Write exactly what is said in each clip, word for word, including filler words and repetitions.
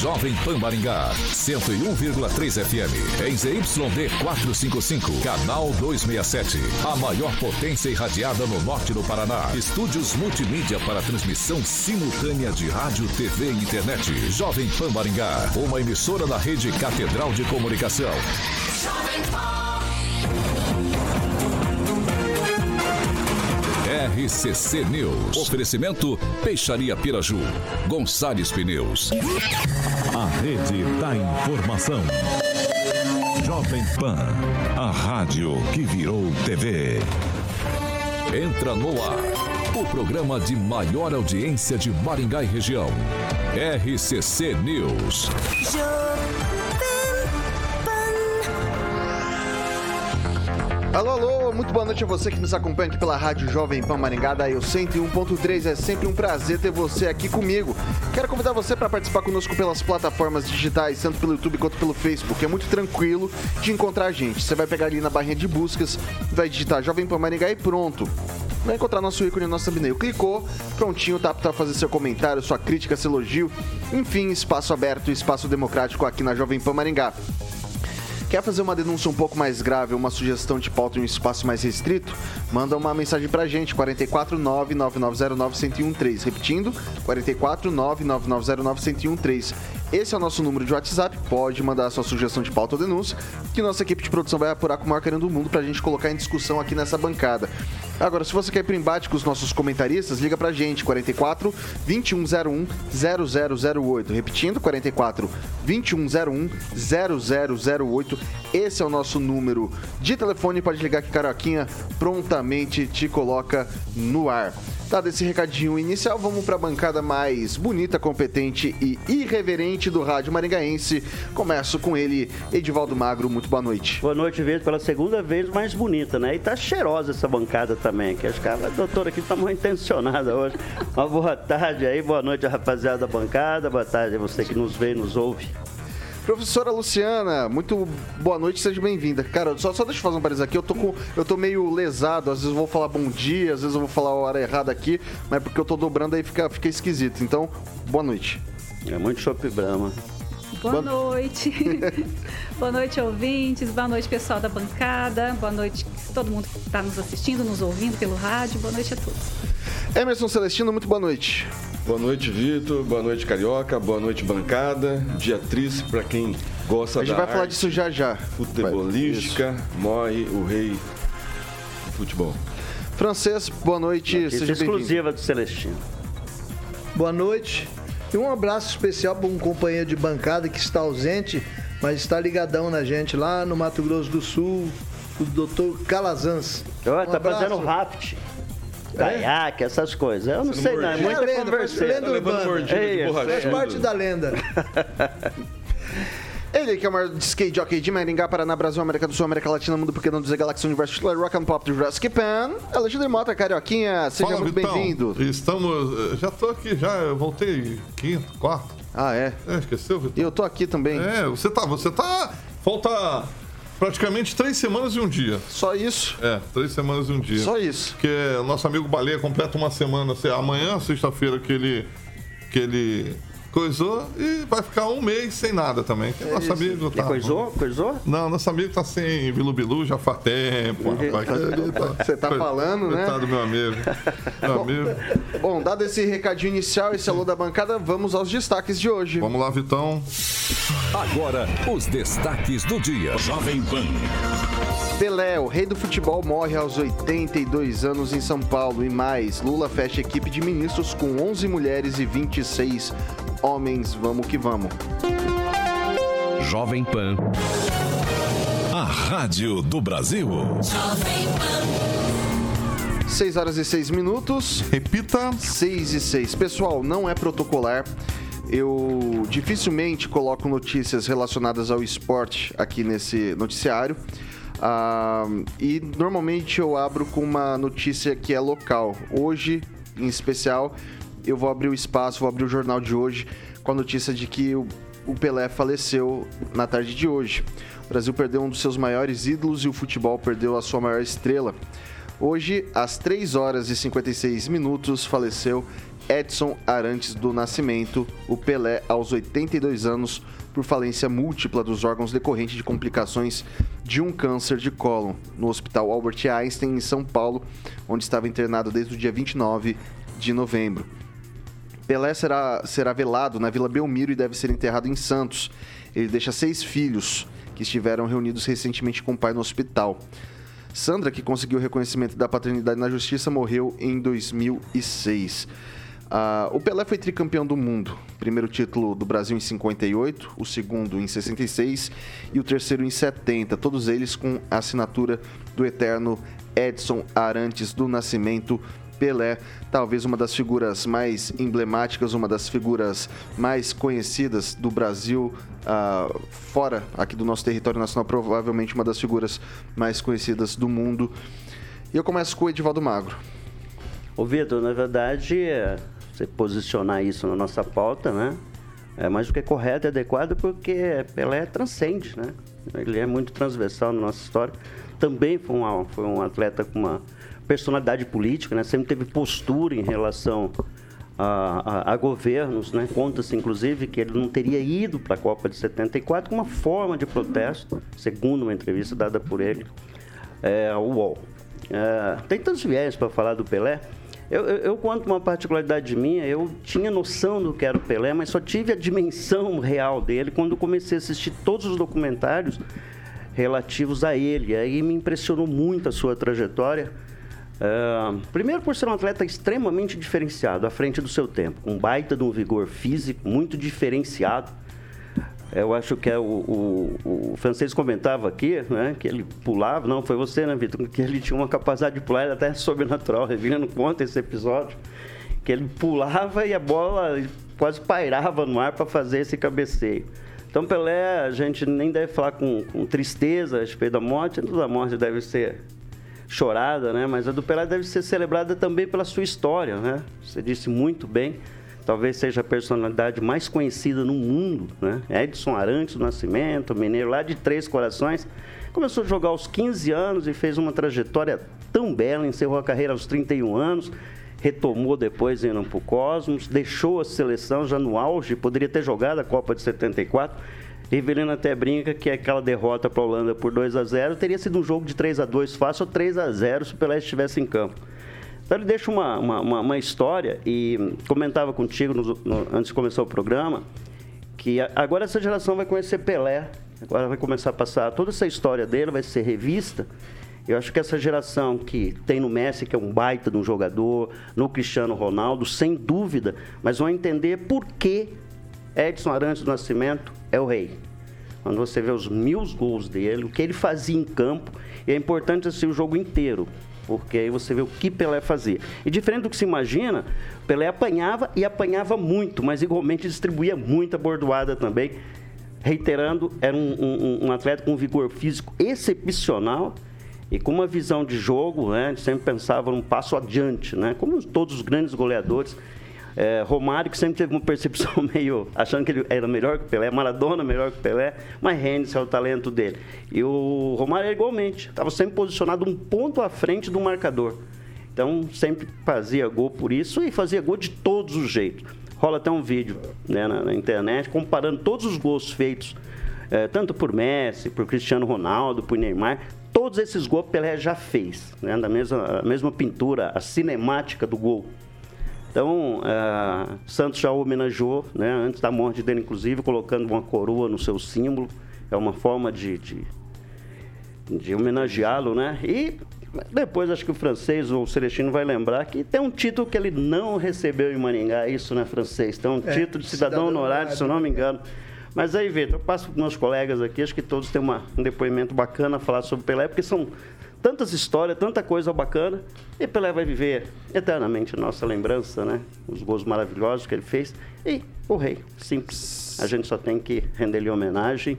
Jovem Pan Maringá, cento e um vírgula três F M. Em Z Y D quatrocentos e cinquenta e cinco, canal duzentos e sessenta e sete. A maior potência irradiada no norte do Paraná. Estúdios multimídia para transmissão simultânea de rádio, T V e internet. Jovem Pan Maringá, uma emissora da rede Catedral de Comunicação. Jovem Pan. R C C News. Oferecimento Peixaria Piraju. Gonçalves Pneus. A rede da informação. Jovem Pan. A rádio que virou T V. Entra no ar. O programa de maior audiência de Maringá e região. R C C News. Alô, alô, muito boa noite a você que nos acompanha aqui pela Rádio Jovem Pan Maringá, daí o cento e um ponto três. É sempre um prazer ter você aqui comigo. Quero convidar você para participar conosco pelas plataformas digitais, tanto pelo YouTube quanto pelo Facebook. É muito tranquilo de encontrar a gente. Você vai pegar ali na barrinha de buscas, vai digitar Jovem Pan Maringá e pronto. Vai encontrar nosso ícone, nosso thumbnail. Clicou, prontinho, tá para fazer seu comentário, sua crítica, seu elogio. Enfim, espaço aberto, espaço democrático aqui na Jovem Pan Maringá. Quer fazer uma denúncia um pouco mais grave, uma sugestão de pauta em um espaço mais restrito? Manda uma mensagem pra gente, quatro quatro nove, nove nove zero nove, um zero um três. Repetindo, quatro quatro nove, nove nove zero nove, um zero um três. Esse é o nosso número de WhatsApp, pode mandar a sua sugestão de pauta ou denúncia, que nossa equipe de produção vai apurar com o maior carinho do mundo pra gente colocar em discussão aqui nessa bancada. Agora, se você quer ir pro embate com os nossos comentaristas, liga pra gente, quatro quatro, vinte e um zero um, zero zero zero oito. Repetindo, quatro quatro, vinte e um zero um, zero zero zero oito. Esse é o nosso número de telefone, pode ligar que Carioquinha prontamente te coloca no ar. Dado esse recadinho inicial, vamos para a bancada mais bonita, competente e irreverente do rádio maringaense. Começo com ele, Edivaldo Magro, muito boa noite. Boa noite, vejo pela segunda vez mais bonita, né? E tá cheirosa essa bancada também, que acho que a doutora aqui tá mal intencionada hoje. Uma boa tarde aí, boa noite, rapaziada da bancada, boa tarde a você que nos vê e nos ouve. Professora Luciana, muito boa noite, seja bem-vinda. Cara, só, só deixa eu fazer um parênteses aqui, eu tô, com, eu tô meio lesado, às vezes eu vou falar bom dia, às vezes eu vou falar a hora errada aqui, mas porque eu tô dobrando aí fica, fica esquisito. Então, boa noite. É muito chopp Brahma. Boa, boa noite. Boa noite, ouvintes. Boa noite, pessoal da bancada. Boa noite todo mundo que está nos assistindo, nos ouvindo pelo rádio. Boa noite a todos. Emerson Celestino, muito boa noite. Boa noite, Vitor. Boa noite, Carioca. Boa noite, bancada. Dia triste para quem gosta da A gente vai falar disso já já. Futebolística. Morre o rei do futebol. Francês, boa noite. Notícia seja bem-vindo. Exclusiva do Celestino. Boa noite. E um abraço especial para um companheiro de bancada que está ausente, mas está ligadão na gente lá no Mato Grosso do Sul, o doutor Calazans. Olha, um tá abraço. Fazendo raft. Caiaque, essas coisas. Eu não Você sei, não. É muita lenda, conversa. Lenda urbana. Faz parte da lenda. Ele que é o maior skate jockey de Maringá, Paraná, Brasil, América do Sul, América Latina, Mundo Pequeno, dizer Galáxia, Universo, Rock and Pop do Jurassic Pan. Alexandre Mota, Carioquinha, seja Fala, muito Vitão. bem-vindo. Estamos... Já tô aqui, já eu voltei quinto, quarto. Ah, é? É, esqueceu, Vitão? E eu tô aqui também. É, você tá... Você tá... Falta... Praticamente três semanas e um dia. Só isso? É, três semanas e um dia. Só isso. Porque o nosso amigo Baleia completa uma semana, amanhã, sexta-feira, que ele, que ele coisou e vai ficar um mês sem nada também. É nosso isso. amigo tá. E coisou? Coisou? Não, nosso amigo tá sem bilu-bilu já faz tempo. Rapaz. Você tá falando, né? Coitado do meu amigo. Meu bom, amigo. Bom, dado esse recadinho inicial, esse alô da bancada, vamos aos destaques de hoje. Vamos lá, Vitão. Agora, os destaques do dia. Jovem Pan. Pelé, o rei do futebol, morre aos oitenta e dois anos em São Paulo. E mais, Lula fecha equipe de ministros com onze mulheres e vinte e seis homens. Vamos que vamos. Jovem Pan. A rádio do Brasil. Jovem Pan. seis horas e seis minutos. Repita. seis e seis. Pessoal, não é protocolar. Eu dificilmente coloco notícias relacionadas ao esporte aqui nesse noticiário. Ah, e normalmente eu abro com uma notícia que é local. Hoje, em especial, eu vou abrir o espaço, vou abrir o jornal de hoje com a notícia de que o, o Pelé faleceu na tarde de hoje. O Brasil perdeu um dos seus maiores ídolos e o futebol perdeu a sua maior estrela. Hoje, às três horas e cinquenta e seis minutos, faleceu Edson Arantes do Nascimento, o Pelé, aos oitenta e dois anos, por falência múltipla dos órgãos decorrente de complicações de um câncer de cólon, no Hospital Albert Einstein, em São Paulo, onde estava internado desde o dia vinte e nove de novembro. Pelé será, será velado na Vila Belmiro e deve ser enterrado em Santos. Ele deixa seis filhos, que estiveram reunidos recentemente com o pai no hospital. Sandra, que conseguiu o reconhecimento da paternidade na justiça, morreu em dois mil e seis. Ah, o Pelé foi tricampeão do mundo. Primeiro título do Brasil em cinquenta e oito, o segundo em sessenta e seis e o terceiro em setenta. Todos eles com a assinatura do eterno Edson Arantes do Nascimento. Pelé, talvez uma das figuras mais emblemáticas, uma das figuras mais conhecidas do Brasil, uh, fora aqui do nosso território nacional, provavelmente uma das figuras mais conhecidas do mundo. E eu começo com o Edivaldo Magro. Ô Vitor, na verdade, é, você posicionar isso na nossa pauta, né? É mais do que correto e adequado, porque Pelé transcende, né? Ele é muito transversal na nossa história. Também foi um, foi um atleta com uma personalidade política, né? Sempre teve postura em relação a, a, a governos, né? Conta-se, inclusive, que ele não teria ido para a Copa de setenta e quatro como uma forma de protesto, segundo uma entrevista dada por ele é, ao U O L. É, tem tantos viés para falar do Pelé. Eu, eu, eu, quanto uma particularidade minha, eu tinha noção do que era o Pelé, mas só tive a dimensão real dele quando comecei a assistir todos os documentários relativos a ele. Aí me impressionou muito a sua trajetória. Uh, primeiro por ser um atleta extremamente diferenciado, à frente do seu tempo, com um baita de um vigor físico, muito diferenciado. Eu acho que é o, o, o francês comentava aqui, né, que ele pulava, não, foi você, né, Vitor, que ele tinha uma capacidade de pular até sobrenatural, Revilhano conta esse episódio, que ele pulava e a bola quase pairava no ar para fazer esse cabeceio. Então, Pelé, a gente nem deve falar com, com tristeza a respeito da morte, toda a morte deve ser chorada, né? Mas a do Pelé deve ser celebrada também pela sua história, né? Você disse muito bem, talvez seja a personalidade mais conhecida no mundo, né? Edson Arantes do Nascimento, mineiro lá de Três Corações, começou a jogar aos quinze anos e fez uma trajetória tão bela, encerrou a carreira aos trinta e um anos, retomou depois indo para o Cosmos, deixou a seleção já no auge, poderia ter jogado a Copa de setenta e quatro, Rivelino até brinca que aquela derrota para a Holanda por dois a zero teria sido um jogo de três a dois fácil ou três a zero se o Pelé estivesse em campo. Então ele deixa uma, uma, uma, uma história, e comentava contigo no, no, antes de começar o programa, que agora essa geração vai conhecer Pelé, agora vai começar a passar toda essa história dele, vai ser revista. Eu acho que essa geração que tem no Messi, que é um baita de um jogador, no Cristiano Ronaldo, sem dúvida, mas vão entender por que Edson Arantes do Nascimento é o rei. Quando você vê os mil gols dele, o que ele fazia em campo, e é importante assistir o jogo inteiro, porque aí você vê o que Pelé fazia. E diferente do que se imagina, Pelé apanhava e apanhava muito, mas igualmente distribuía muita bordoada também. Reiterando, era um, um, um atleta com um vigor físico excepcional e com uma visão de jogo, né? Sempre pensava um passo adiante, né? Como todos os grandes goleadores. É, Romário, que sempre teve uma percepção meio achando que ele era melhor que o Pelé, Maradona melhor que o Pelé, mas Heinz é o talento dele. E o Romário era igualmente, estava sempre posicionado um ponto à frente do marcador. Então sempre fazia gol por isso e fazia gol de todos os jeitos. Rola até um vídeo, né, na, na internet comparando todos os gols feitos, é, tanto por Messi, por Cristiano Ronaldo, por Neymar. Todos esses gols Pelé já fez, né, da mesma, a mesma pintura, a cinemática do gol. Então, uh, Santos já o homenageou, né, antes da morte dele, inclusive, colocando uma coroa no seu símbolo. É uma forma de, de, de homenageá-lo, né? E depois, acho que o francês ou o Celestino vai lembrar que tem um título que ele não recebeu em Maringá, isso, né, francês? Tem um é, título de cidadão, cidadão honorário, se eu não me engano. Mas aí, Vitor, eu passo para os meus colegas aqui, acho que todos têm uma, um depoimento bacana a falar sobre Pelé, porque são tantas histórias, tanta coisa bacana, e Pelé vai viver eternamente nossa lembrança, né? Os gols maravilhosos que ele fez, e o rei, simples. A gente só tem que render-lhe homenagem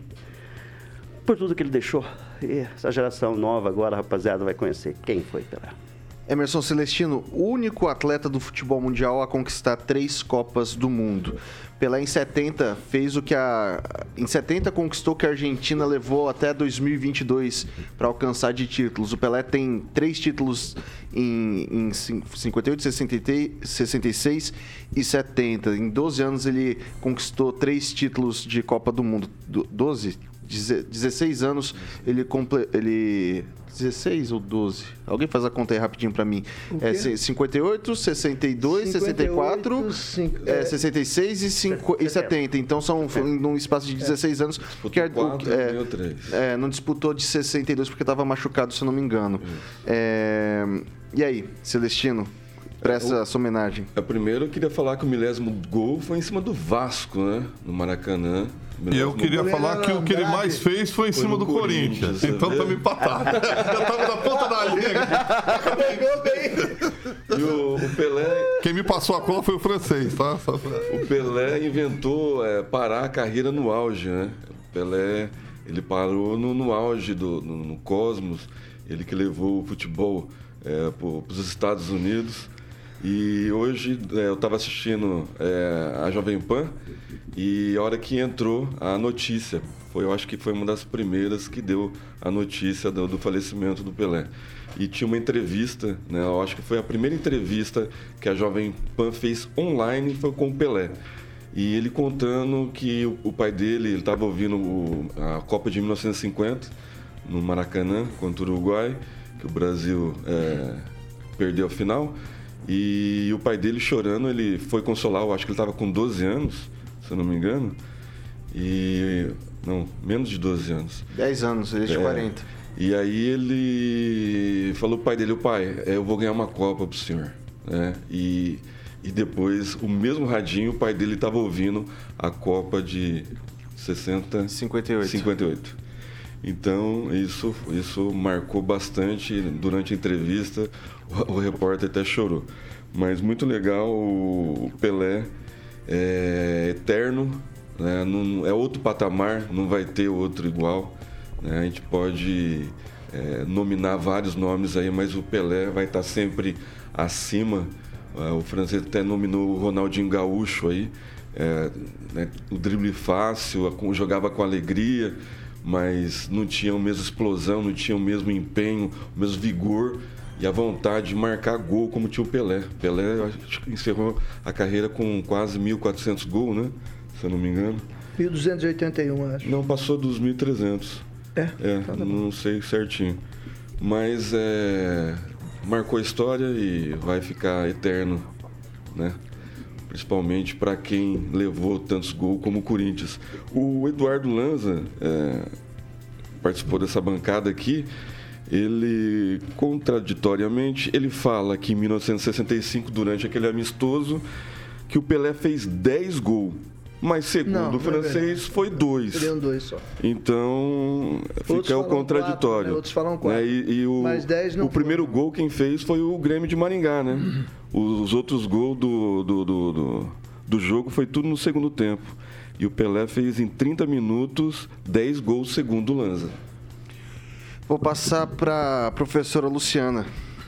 por tudo que ele deixou. E essa geração nova agora, rapaziada, vai conhecer quem foi Pelé. Emerson Celestino, o único atleta do futebol mundial a conquistar três Copas do Mundo. Pelé em setenta fez o que a em setenta conquistou o que a Argentina levou até dois mil e vinte e dois para alcançar de títulos. O Pelé tem três títulos em, em cinquenta e oito, sessenta e seis e setenta. Em doze anos ele conquistou três títulos de Copa do Mundo. doze? dezesseis anos ele, comple... ele dezesseis ou doze? Alguém faz a conta aí rapidinho pra mim. É cinquenta e oito, sessenta e dois, sessenta e quatro, cinco, é, sessenta e seis e, cinco, e setenta. Então são num espaço de dezesseis anos. Que é, é, é, não disputou de sessenta e dois porque estava machucado, se eu não me engano. É, e aí, Celestino? Presta essa homenagem. A primeiro eu queria falar que o milésimo gol foi em cima do Vasco, né? No Maracanã. E eu queria falar que o que ele mais fez foi em foi cima do Corinthians. Corinthians então tá me empatado. Eu tava na ponta da linha. Pegou bem. E o, o Pelé... Quem me passou a cola foi o francês, tá? O Pelé inventou é, parar a carreira no auge, né? O Pelé, ele parou no, no auge, do, no, no Cosmos. Ele que levou o futebol é, para os Estados Unidos. E hoje é, eu estava assistindo é, a Jovem Pan e a hora que entrou a notícia, foi, eu acho que foi uma das primeiras que deu a notícia do, do falecimento do Pelé. E tinha uma entrevista, né, eu acho que foi a primeira entrevista que a Jovem Pan fez online, foi com o Pelé. E ele contando que o, o pai dele estava ouvindo o, a Copa de mil novecentos e cinquenta no Maracanã contra o Uruguai, que o Brasil é, perdeu a final. E o pai dele chorando, ele foi consolar, eu acho que ele estava com doze anos, se eu não me engano. E. Não, menos de doze anos. dez anos, ele é de quarenta. E aí ele falou pro pai dele: o pai, eu vou ganhar uma Copa pro senhor. Né? E, e depois, o mesmo radinho, o pai dele estava ouvindo a Copa de sessenta... cinquenta e oito. cinquenta e oito. Então, isso, isso marcou bastante durante a entrevista. O, o repórter até chorou. Mas muito legal, o Pelé é eterno, né? Não, é outro patamar, não vai ter outro igual. Né? A gente pode é, nominar vários nomes aí, mas o Pelé vai estar sempre acima. O francês até nominou o Ronaldinho Gaúcho aí. É, né? O drible fácil, jogava com alegria, mas não tinha a mesma explosão, não tinha o mesmo empenho, o mesmo vigor e a vontade de marcar gol como tinha o Pelé. Pelé acho que encerrou a carreira com quase mil e quatrocentos gols, né? Se eu não me engano. mil duzentos e oitenta e um, acho. Não, passou dos mil e trezentos. É? É, tá não sei certinho. Mas é, marcou a história e vai ficar eterno, né? Principalmente para quem levou tantos gols como o Corinthians. O Eduardo Lanza é, participou dessa bancada aqui. Ele, contraditoriamente, ele fala que em mil novecentos e sessenta e cinco, durante aquele amistoso, que o Pelé fez dez gols. Mas, segundo não, o francês, é foi dois. Seriam dois só. Então, fica outros o contraditório. Quatro, né? Outros falam quatro. Né? E, e o, mas dez não o primeiro gol quem fez foi o Grêmio de Maringá, né? Uhum. Os outros gols do, do, do, do, do jogo foi tudo no segundo tempo. E o Pelé fez em trinta minutos dez gols, segundo o Lanza. Vou passar para a professora Luciana.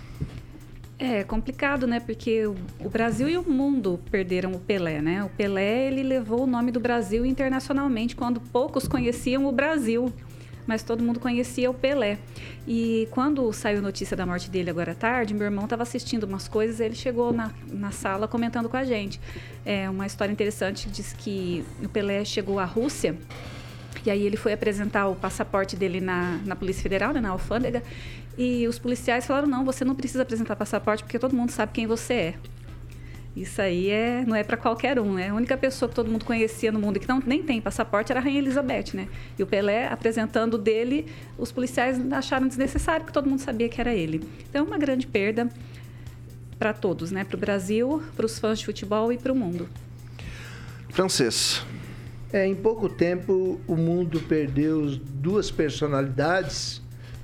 É complicado, né? Porque o Brasil e o mundo perderam o Pelé, né? O Pelé, ele levou o nome do Brasil internacionalmente, quando poucos conheciam o Brasil, mas todo mundo conhecia o Pelé. E quando saiu a notícia da morte dele agora à tarde, meu irmão estava assistindo umas coisas, ele chegou na, na sala comentando com a gente. É uma história interessante, diz que o Pelé chegou à Rússia, e aí ele foi apresentar o passaporte dele na, na Polícia Federal, né, na alfândega, e os policiais falaram: não, você não precisa apresentar passaporte porque todo mundo sabe quem você é. Isso aí é, não é para qualquer um, né? A única pessoa que todo mundo conhecia no mundo e que não, nem tem passaporte era a Rainha Elizabeth, né? E o Pelé, apresentando dele, os policiais acharam desnecessário porque todo mundo sabia que era ele. Então, é uma grande perda para todos, né? Para o Brasil, para os fãs de futebol e para o mundo. Francês. É, em pouco tempo, o mundo perdeu duas personalidades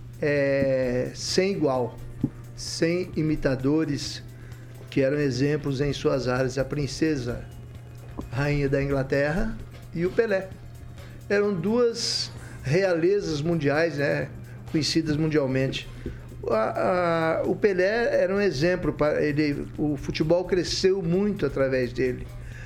é, sem igual, sem imitadores, que eram exemplos em suas áreas. A princesa, rainha da Inglaterra, e o Pelé. Eram duas realezas mundiais, né, conhecidas mundialmente. A, a, o Pelé era um exemplo. Para ele, o futebol cresceu muito através dele.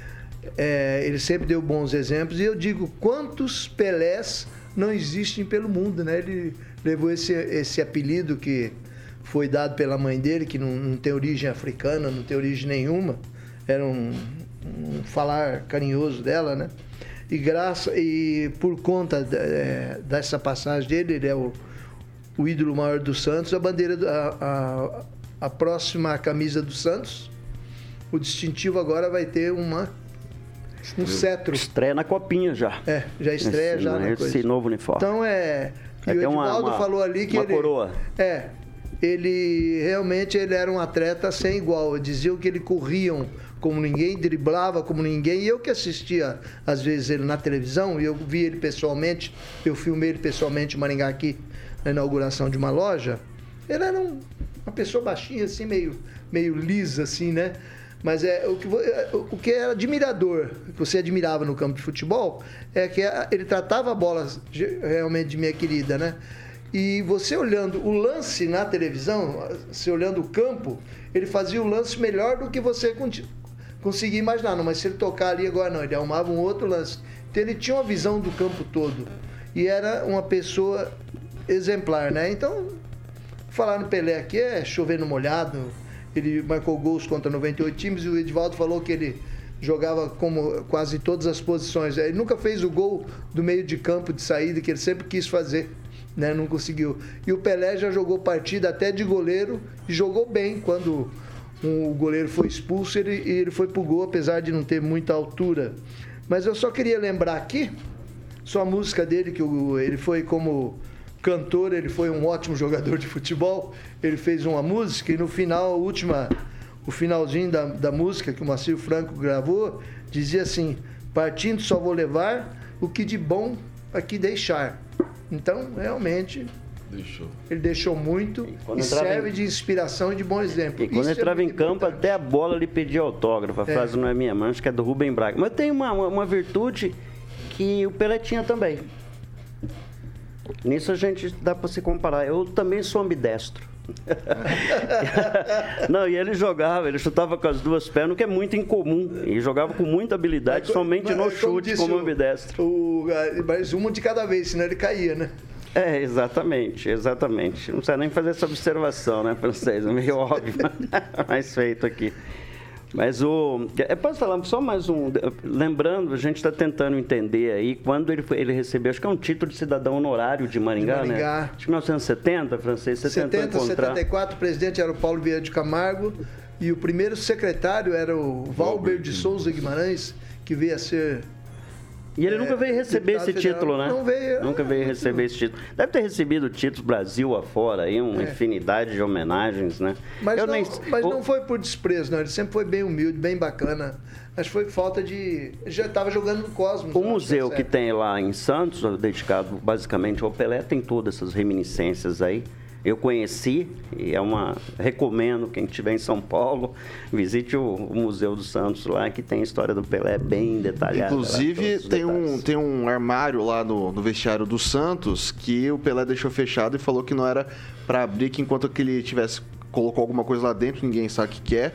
É, ele sempre deu bons exemplos. E eu digo, quantos Pelés não existem pelo mundo, né? Ele levou esse, esse apelido que foi dado pela mãe dele, que não, não tem origem africana, não tem origem nenhuma. Era um, um falar carinhoso dela, né? E, graça, e por conta de, é, dessa passagem dele, ele é o, o ídolo maior do Santos, a bandeira, a, a, a próxima camisa do Santos, o distintivo agora vai ter uma, um cetro. Estreia na copinha já. É, já estreia esse, já na esse coisa. novo uniforme. Então é... E o Edivaldo uma, uma, falou ali que uma ele... coroa. É, ele realmente ele era um atleta sem igual. Diziam que ele corria como ninguém, driblava como ninguém. E eu que assistia, às vezes, ele na televisão, e eu vi ele pessoalmente, eu filmei ele pessoalmente em Maringá aqui, na inauguração de uma loja. Ele era um, uma pessoa baixinha, assim, meio, meio lisa, assim, né? Mas é, o, que, o que era admirador, que você admirava no campo de futebol, é que ele tratava a bola realmente de minha querida, né? E você olhando o lance na televisão, você olhando o campo, ele fazia o lance melhor do que você conseguia imaginar. Não, mas se ele tocar ali agora, não, ele arrumava um outro lance. Então ele tinha uma visão do campo todo. E era uma pessoa exemplar, né? Então, falar no Pelé aqui é chover no molhado. Ele marcou gols contra noventa e oito times e o Edivaldo falou que ele jogava como quase todas as posições. Ele nunca fez o gol do meio de campo de saída que ele sempre quis fazer, né? Não conseguiu. E o Pelé já jogou partida até de goleiro e jogou bem. Quando o goleiro foi expulso, ele, ele foi pro gol, apesar de não ter muita altura. Mas eu só queria lembrar aqui, só a música dele, que o, ele foi como... cantor, ele foi um ótimo jogador de futebol, ele fez uma música e no final, a última, o finalzinho da, da música que o Macir Franco gravou, dizia assim, partindo só vou levar o que de bom aqui deixar. Então, realmente, deixou. Ele deixou muito e, e serve em... de inspiração e de bom exemplo. E quando Isso entrava é em campo, importante. Até a bola lhe pedia autógrafo, a é. frase não é minha, mas acho que é do Rubem Braga. Mas tem uma, uma, uma virtude que o Pelé tinha também. Nisso a gente dá para se comparar. Eu também sou ambidestro. Não, e ele jogava, ele chutava com as duas pernas, o que é muito incomum. E jogava com muita habilidade, mas, somente mas, no chute como, como ambidestro. O, mas uma de cada vez, senão ele caía, né? É, exatamente, exatamente. Não precisa nem fazer essa observação, né, francês? É meio óbvio, mas feito aqui. Mas o... Posso falar só mais um... Lembrando, a gente está tentando entender aí, quando ele, foi, ele recebeu, acho que é um título de cidadão honorário de Maringá, de Maringá. Né? Acho que mil novecentos e setenta, francês, você setenta, tentou encontrar... setenta e quatro, o presidente era o Paulo Vieira de Camargo e o primeiro secretário era o Valber de Souza Guimarães, que veio a ser... E ele é, nunca veio receber esse federal. título, né? Não veio. Nunca veio é, receber não. esse título. Deve ter recebido títulos Brasil afora, aí, uma é. infinidade de homenagens, né? Mas, Eu não, nem... mas não foi por desprezo, não. Ele sempre foi bem humilde, bem bacana. Mas foi falta de... Ele já estava jogando no Cosmos. O museu que tem lá em Santos, dedicado basicamente ao Pelé, tem todas essas reminiscências aí. Eu conheci e é uma... Recomendo, quem estiver em São Paulo, visite o, o Museu do Santos lá, que tem a história do Pelé bem detalhada. Inclusive, lá, tem, um, tem um armário lá no, no vestiário do Santos que o Pelé deixou fechado e falou que não era para abrir, que enquanto que ele tivesse... colocou alguma coisa lá dentro, ninguém sabe o que, que é.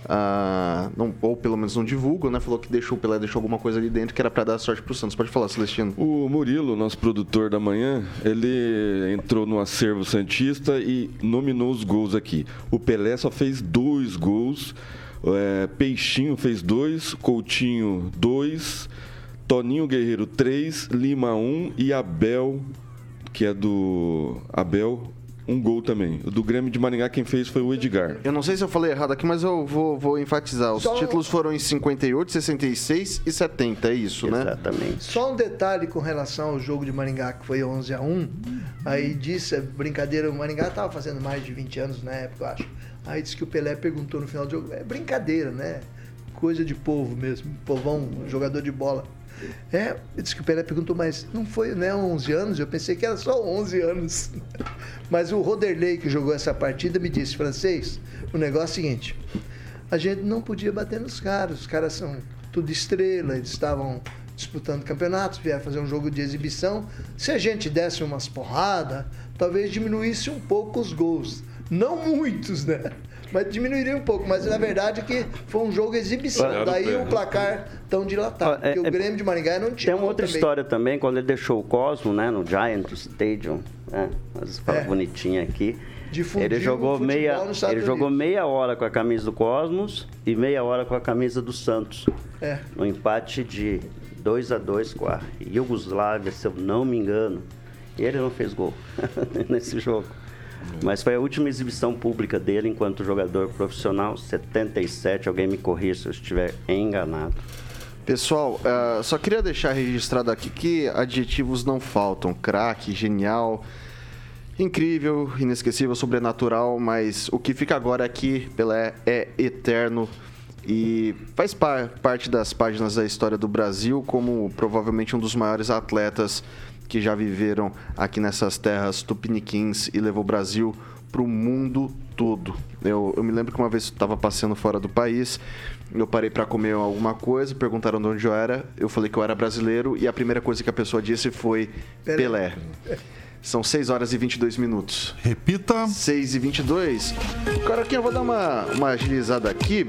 Ah, não, ou pelo menos não divulgam, né? Falou que deixou, o Pelé deixou alguma coisa ali dentro que era para dar sorte pro Santos. Pode falar, Celestino. O Murilo, nosso produtor da manhã, ele entrou no acervo santista e nominou os gols aqui. O Pelé só fez dois gols, é, Peixinho fez dois, Coutinho dois, Toninho Guerreiro três, Lima um e Abel, que é do Abel, um gol também. O do Grêmio de Maringá, quem fez foi o Edgar. Eu não sei se eu falei errado aqui, mas eu vou, vou enfatizar. Os Só... títulos foram em cinquenta e oito, sessenta e seis e setenta, é isso, Exatamente. né? Exatamente. Só um detalhe com relação ao jogo de Maringá, que foi onze a um. Aí disse, brincadeira, o Maringá estava fazendo mais de vinte anos na época, eu acho. Aí disse que o Pelé perguntou no final do jogo, é brincadeira, né? Coisa de povo mesmo, povão, jogador de bola. É, disse que o Pelé perguntou, mas não foi, né, onze anos? Eu pensei que era só onze anos. Mas o Roderley, que jogou essa partida, me disse, francês, o negócio é o seguinte, a gente não podia bater nos caras, os caras são tudo estrela, eles estavam disputando campeonatos, vieram fazer um jogo de exibição, se a gente desse umas porradas, talvez diminuísse um pouco os gols. Não muitos, né? Mas diminuiria um pouco. Mas na verdade que foi um jogo exibição. Olha, Daí pé, o placar tão dilatado. É, porque é, o Grêmio de Maringá não tinha. Tem uma outra também. história também, quando ele deixou o Cosmo, né, no Giant Stadium, né? Mas fala É. bonitinho aqui. Difundiu Ele jogou o futebol meia, nos Estados ele jogou Unidos. meia hora com a camisa do Cosmos e meia hora com a camisa do Santos. É. No empate de dois a dois com a Iugoslávia, se eu não me engano. E ele não fez gol nesse jogo. Mas foi a última exibição pública dele enquanto jogador profissional, setenta e sete. Alguém me corrija se eu estiver enganado. Pessoal, uh, só queria deixar registrado aqui que adjetivos não faltam. Craque, genial, incrível, inesquecível, sobrenatural, mas o que fica agora aqui, Pelé, é eterno e faz par- parte das páginas da história do Brasil como provavelmente um dos maiores atletas que já viveram aqui nessas terras tupiniquins e levou o Brasil para o mundo todo. Eu, eu me lembro que uma vez eu estava passeando fora do país, eu parei para comer alguma coisa, perguntaram de onde eu era, eu falei que eu era brasileiro e a primeira coisa que a pessoa disse foi Pelé. São seis horas e vinte e dois minutos. Repita. seis e vinte e dois. Caroquinha, eu vou dar uma, uma agilizada aqui.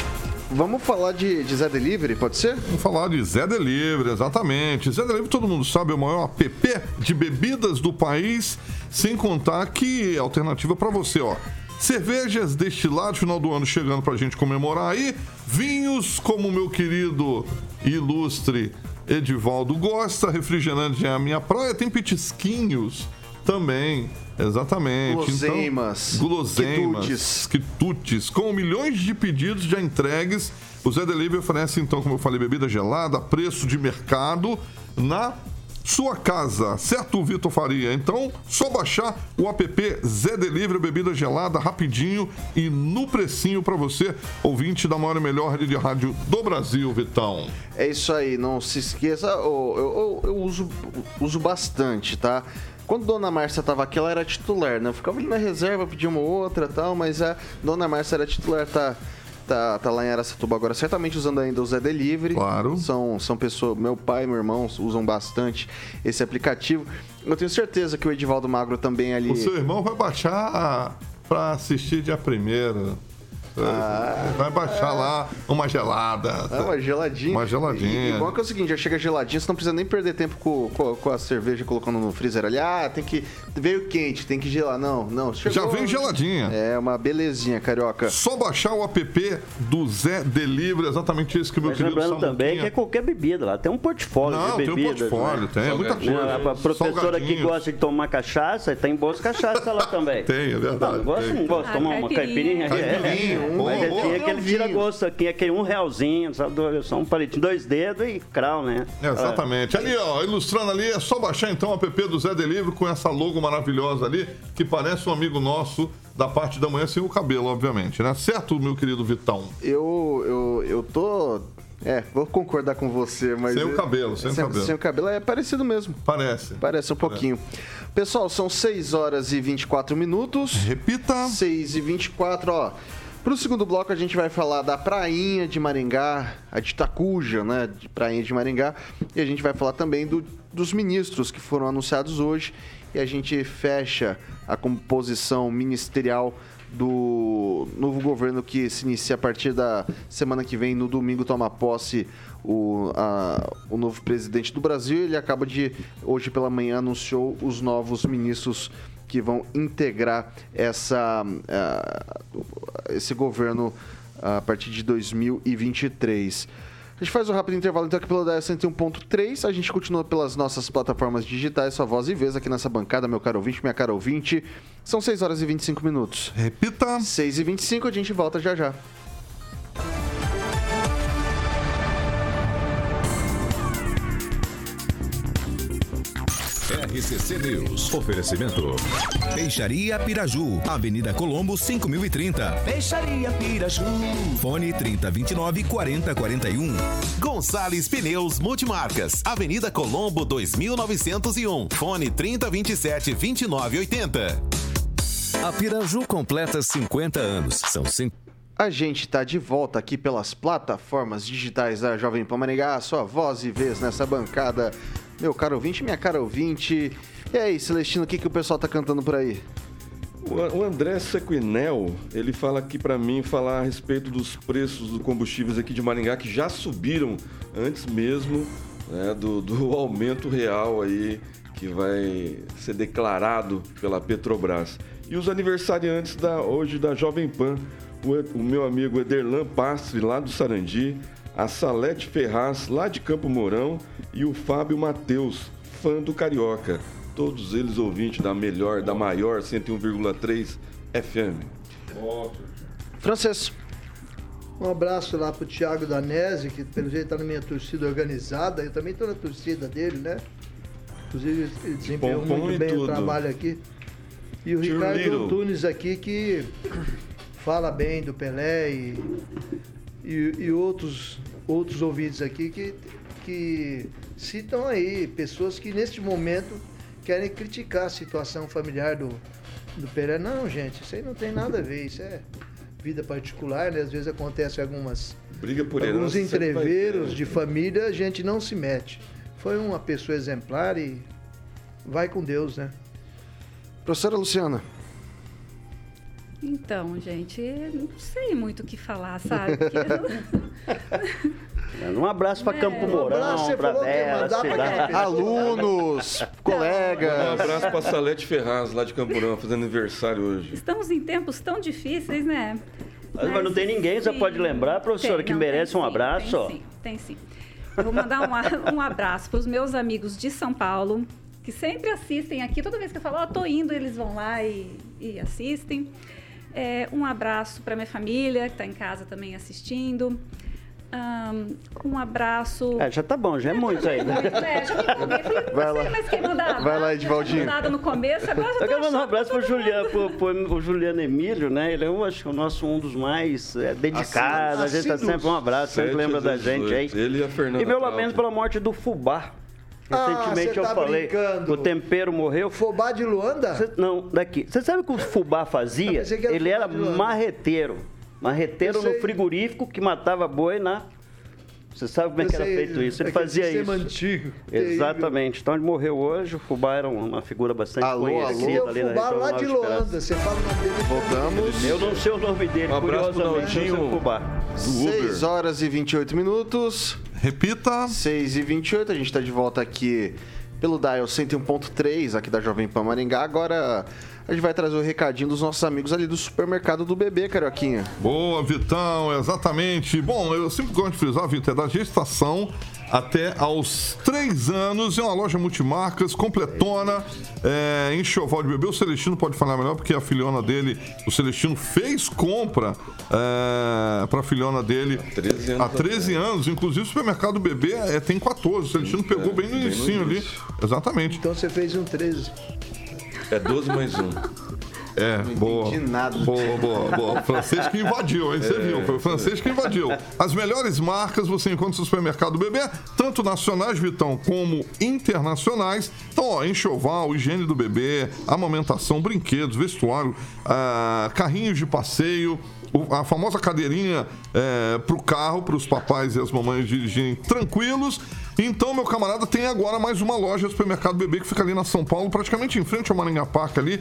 Vamos falar de, de Zé Delivery, pode ser? Vamos falar de Zé Delivery, exatamente. Zé Delivery, todo mundo sabe, é o maior app de bebidas do país, sem contar que é alternativa para você, ó. Cervejas destiladas, final do ano chegando pra gente comemorar aí. Vinhos, como o meu querido e ilustre Edivaldo gosta. Refrigerante é a minha praia. Tem petisquinhos também. Exatamente. Guloseimas. Então, guloseimas. Quitutes. Quitutes. Com milhões de pedidos já entregues, o Zé Delivery oferece, então, como eu falei, bebida gelada, preço de mercado na sua casa, certo, Vitor Faria? Então, só baixar o app Zé Delivery, bebida gelada, rapidinho e no precinho para você, ouvinte da maior e melhor rede de rádio do Brasil, Vitão. É isso aí, não se esqueça, eu, eu, eu uso, uso bastante, tá? Quando Dona Márcia estava aqui, ela era titular, né? Eu ficava ali na reserva, pedia uma outra e tal, mas a Dona Márcia era titular, tá... Tá, tá lá em Araçatuba agora, certamente usando ainda o Zé Delivery. Claro. São, são pessoas, meu pai e meu irmão usam bastante esse aplicativo. Eu tenho certeza que o Edivaldo Magro também ali... O seu irmão vai baixar para assistir dia primeiro. Ah, vai baixar é. lá uma gelada. É, uma geladinha. Uma geladinha. E, e bom que é o seguinte, já chega geladinha, você não precisa nem perder tempo com, com, com a cerveja colocando no freezer ali. Ah, tem que... Veio quente, tem que gelar. Não, não. Chegou, já vem geladinha. É, uma belezinha, carioca. Só baixar o app do Zé Delivery, exatamente isso que o meu Mas querido lembrando também que é qualquer bebida lá. Tem um portfólio não, de bebidas. Não, tem um portfólio, né? tem. É muita coisa. A professora que gosta de tomar cachaça, tem boas cachaças lá também. Tem, é verdade. Não, não gosto, não gosto de tomar uma caipirinha. Caipirinha. É, boa, mas boa. Tem aquele vira-gosto aqui, aquele um realzinho, sabe? Só um palitinho, dois dedos e crau, né? Exatamente. É. Ali, ó, ilustrando ali, é só baixar então o app do Zé Delivery com essa logo maravilhosa ali, que parece um amigo nosso da parte da manhã, sem o cabelo, obviamente, né? Certo, meu querido Vitão? Eu, eu, eu tô... É, vou concordar com você, mas... Sem o cabelo, sem, sem o cabelo. Sem o cabelo é parecido mesmo. Parece. Parece um Parece. pouquinho. Pessoal, são seis horas e vinte e quatro minutos. Repita. seis e vinte e quatro, ó. Pro segundo bloco a gente vai falar da prainha de Maringá, a de Itacuja, né, de prainha de Maringá, e a gente vai falar também do, dos ministros que foram anunciados hoje, e a gente fecha a composição ministerial do novo governo que se inicia a partir da semana que vem. No domingo toma posse o, a, o novo presidente do Brasil. Ele acaba de, hoje pela manhã, anunciou os novos ministros que vão integrar essa, uh, esse governo uh, a partir de dois mil e vinte e três. A gente faz um rápido intervalo então aqui pelo D S cento e um ponto três. A gente continua pelas nossas plataformas digitais, sua voz e vez aqui nessa bancada, meu caro ouvinte, minha cara ouvinte. São seis horas e vinte e cinco minutos. Repita. seis e vinte e cinco, a gente volta já já. R C C News. Oferecimento. Peixaria Piraju. Avenida Colombo, cinco mil e trinta. Peixaria Piraju. Fone trinta, vinte e nove, quarenta, quarenta e um. Gonçalves Pneus Multimarcas. Avenida Colombo, dois mil novecentos e um. Fone trinta, vinte e sete, vinte e nove, oitenta. A Piraju completa cinquenta anos. São cinco. A gente está de volta aqui pelas plataformas digitais da Jovem Pan Maringá, sua voz e vez nessa bancada. Meu caro ouvinte, minha cara ouvinte. E aí, Celestino, o que, que o pessoal tá cantando por aí? O André Sequinel, ele fala aqui para mim, falar a respeito dos preços dos combustíveis aqui de Maringá, que já subiram antes mesmo, né, do, do aumento real aí que vai ser declarado pela Petrobras. E os aniversariantes da, hoje da Jovem Pan, o, o meu amigo Ederlan Pastre, lá do Sarandi, a Salete Ferraz, lá de Campo Mourão, e o Fábio Mateus, fã do Carioca. Todos eles ouvintes da melhor, da maior cento e um vírgula três F M. Francês. Um abraço lá pro Thiago Danese, que pelo jeito tá na minha torcida organizada. Eu também tô na torcida dele, né? Inclusive ele desempenhou Pom, pom muito bem tudo. o trabalho aqui. E o Tio Ricardo Little. Antunes aqui, que fala bem do Pelé e, e, e outros, outros ouvintes aqui que, que citam aí pessoas que neste momento querem criticar a situação familiar do, do Pelé. Não, gente, isso aí não tem nada a ver, isso é vida particular, né? Às vezes acontece algumas, Briga por alguns herança, sempre vai entreveros ter. de família, a gente não se mete. Foi uma pessoa exemplar e vai com Deus, né? Professora Luciana. Então, gente, não sei muito o que falar, sabe? Porque eu- Um abraço para É. Campo Um abraço, Mourão, você para falou que ia Bela, mandar pra cidade. cá. Alunos, Um colegas. abraço pra Salete Ferraz, lá de Campo Mourão, fazendo aniversário hoje. Estamos em tempos tão difíceis, né? Mas, mas não tem ninguém, você sim. pode lembrar, professora, Tem, que não, merece tem um sim, abraço, ó. Tem sim, tem sim. Eu vou mandar um, a- um abraço para os meus amigos de São Paulo, que sempre assistem aqui. Toda vez que eu falo, ó, tô indo, eles vão lá e, e assistem. É, um abraço para minha família, que está em casa também assistindo. Ahn, Um abraço... É, já tá bom, já é muito ainda. É, já me empolguei. Falei, não Vai sei lá. mais quem mandar. Vai lá, Edivaldinho. Nada no começo, agora já Eu tô quero mandar um achando abraço pro todo mundo. Juliano, pro, pro, pro Juliano Emílio, né? Ele é um, acho que o nosso um dos mais é, dedicados. A gente tá Assíduos. sempre um abraço, sempre Sete lembra a da gente aí. dezoito. Ele e a Fernanda E meu Trauco. lamento pela morte do Fubá. Ah, Recentemente cê eu tá falei brincando. que o tempero morreu. Fobá de Luanda? Cê- não, daqui. Você sabe o que o Fubá fazia? Eu pensei que era Ele Fubá era de Luanda. marreteiro. Marreteiro Eu no sei. frigorífico que matava boi na... Você sabe como é que era Pensei, feito isso? Ele aquele fazia sistema isso. antigo. Exatamente. Então ele morreu hoje. O Fubá era uma figura bastante Alô, alô. conhecida Esse é o ali na Fubá região lá Nova de Esperança. Luanda. Você fala o nome dele. Voltamos. Eu não sei o nome dele, Um abraço pro curiosamente, eu sei o Naldinho. Fubá. seis horas e vinte e oito minutos. Repita. seis e vinte e oito, a gente está de volta aqui pelo Dial cento e um ponto três aqui da Jovem Pan Maringá. Agora a gente vai trazer o recadinho dos nossos amigos ali do supermercado do Bebê, Carioquinha. Boa, Vitão, exatamente. Bom, eu sempre gosto de frisar, Vitor, é da gestação até aos três anos. É uma loja multimarcas, completona, é, enxoval de bebê. O Celestino pode falar melhor, porque a filhona dele, o Celestino, fez compra é, para a filhona dele treze anos há treze anos. Inclusive, o supermercado do Bebê é, tem quatorze. O Celestino pegou bem no bem no inicinho ali. início. Exatamente. Então você fez um treze. É doze mais um. É, boa. entendi nada. Boa, boa, boa. O francês que invadiu, hein? Você viu? Foi o francês que invadiu. As melhores marcas você encontra no supermercado Bebê, tanto nacionais, Vitão, como internacionais. Então, ó, enxoval, higiene do bebê, amamentação, brinquedos, vestuário, ah, carrinhos de passeio, o- a famosa cadeirinha é, pro carro, para os papais e as mamães dirigirem tranquilos. Então, meu camarada, tem agora mais uma loja do supermercado Bebê que fica ali na São Paulo, praticamente em frente ao Maringá Park ali,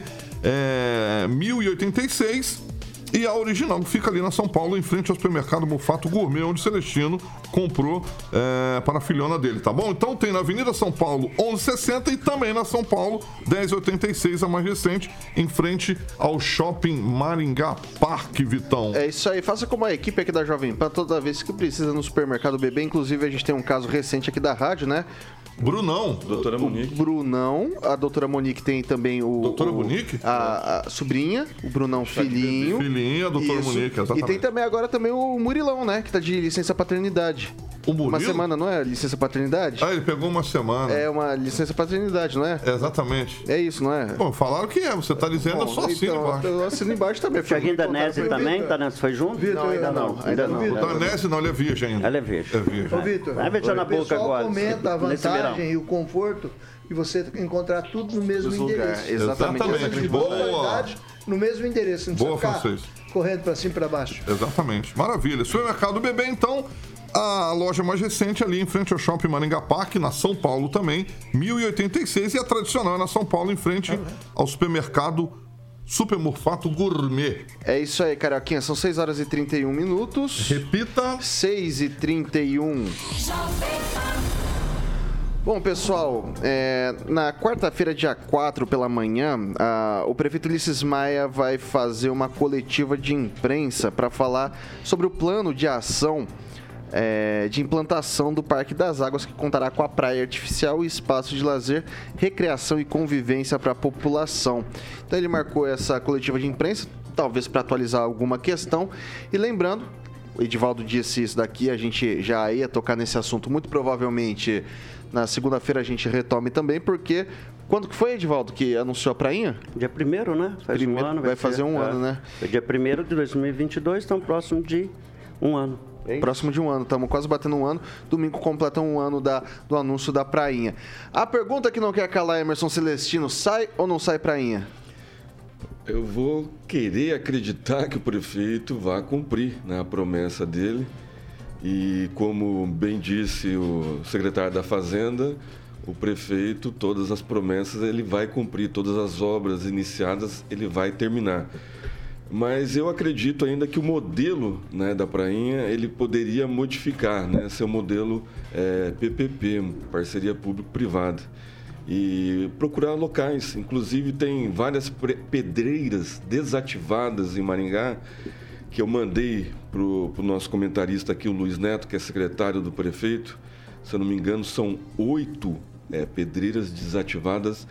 é, mil e oitenta e seis. E a original que fica ali na São Paulo, em frente ao supermercado Mufato Gourmet, onde o Celestino comprou é, para a filhona dele, tá bom? Então tem na Avenida São Paulo onze sessenta e também na São Paulo dez oitenta e seis, a mais recente, em frente ao Shopping Maringá Park, Vitão. É isso aí, faça como a equipe aqui da Jovem Pan, toda vez que precisa no supermercado Bebê. Inclusive, a gente tem um caso recente aqui da rádio, né? Brunão. Doutora Monique. Brunão, a doutora Monique tem também o... Doutora o- Monique? A, a sobrinha, o Brunão filhinho. Filhinha, a doutora Isso. Monique, E exatamente. tem também agora também o Murilão, né? Que tá de licença paternidade. O Murilo? Uma semana, não é? Licença paternidade? Ah, ele pegou uma semana. É uma licença paternidade, não é? Exatamente. É isso, não é? Bom, falaram que é, você tá dizendo, eu só assino então, embaixo. eu assino embaixo também. foi Tiaguinho me contaram, Danese foi também, Vitor. tá nessa, foi junto? Vitor, Não, ainda não, ainda não. Vitor. O Danese não, ele é virgem ainda. Ela é virgem. É virgem. Ô, Vitor, Vai beijar na o boca pessoal agora, comenta a nesse verão. vantagem e o conforto de você encontrar tudo no mesmo Nos endereço. lugares, exatamente. Exatamente. Coisa de Boa. boa qualidade no mesmo endereço. Não Boa, precisa ficar francês. correndo pra cima e pra baixo. Exatamente. Maravilha. Supermercado Bebê, então, a loja mais recente ali em frente ao Shopping Maringá Park, na São Paulo também, mil e oitenta e seis. E a tradicional é na São Paulo, em frente ao supermercado Super Morfato Gourmet. É isso aí, Carioquinha. São seis horas e trinta e um minutos. Repita. seis e trinta e um. Bom, pessoal, é, na quarta-feira, dia quatro, pela manhã, a, o prefeito Ulisses Maia vai fazer uma coletiva de imprensa para falar sobre o plano de ação é, de implantação do Parque das Águas, que contará com a praia artificial e espaço de lazer, recreação e convivência para a população. Então ele marcou essa coletiva de imprensa, talvez para atualizar alguma questão. E lembrando, o Edivaldo disse isso daqui, a gente já ia tocar nesse assunto, muito provavelmente na segunda-feira a gente retome também, porque quando que foi, Edivaldo, que anunciou a prainha? Dia primeiro, né? Faz primeiro, um ano. Vai, vai fazer ser, um é, ano, né? É dia primeiro de dois mil e vinte e dois, então próximo de um ano. É próximo de um ano, estamos quase batendo um ano. Domingo completa um ano da, do anúncio da prainha. A pergunta que não quer calar, Emerson Celestino, sai ou não sai prainha? Eu vou querer acreditar que o prefeito vai cumprir, né, a promessa dele. E como bem disse o secretário da Fazenda, o prefeito, todas as promessas ele vai cumprir, todas as obras iniciadas ele vai terminar. Mas eu acredito ainda que o modelo, né, da prainha, ele poderia modificar, né, ser um modelo é, P P P, parceria público-privada. E procurar locais, inclusive tem várias pedreiras desativadas em Maringá, que eu mandei para o nosso comentarista aqui, o Luiz Neto, que é secretário do prefeito. Se eu não me engano, são oito é, pedreiras desativadas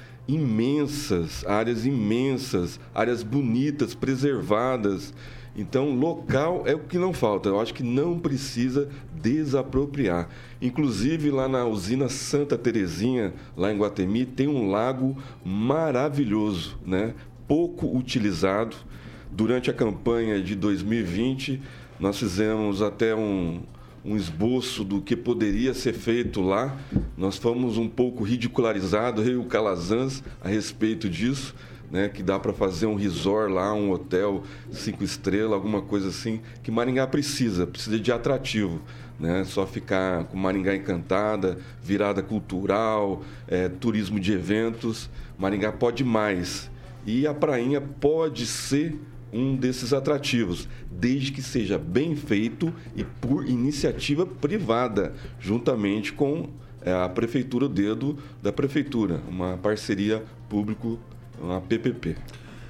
imensas, áreas imensas, áreas bonitas, preservadas. Então, local é o que não falta. Eu acho que não precisa desapropriar. Inclusive, lá na usina Santa Terezinha, lá em Guatemi, tem um lago maravilhoso, né? Pouco utilizado. Durante a campanha de dois mil e vinte, nós fizemos até um, um esboço do que poderia ser feito lá. Nós fomos um pouco ridicularizados, eu e o Calazans, a respeito disso, né, que dá para fazer um resort lá, um hotel cinco estrelas, alguma coisa assim, que Maringá precisa, precisa de atrativo. Né? Só ficar com Maringá encantada, virada cultural, é, turismo de eventos. Maringá pode mais. E a prainha pode ser um desses atrativos, desde que seja bem feito e por iniciativa privada, juntamente com a Prefeitura, o dedo da Prefeitura, uma parceria público, uma P P P.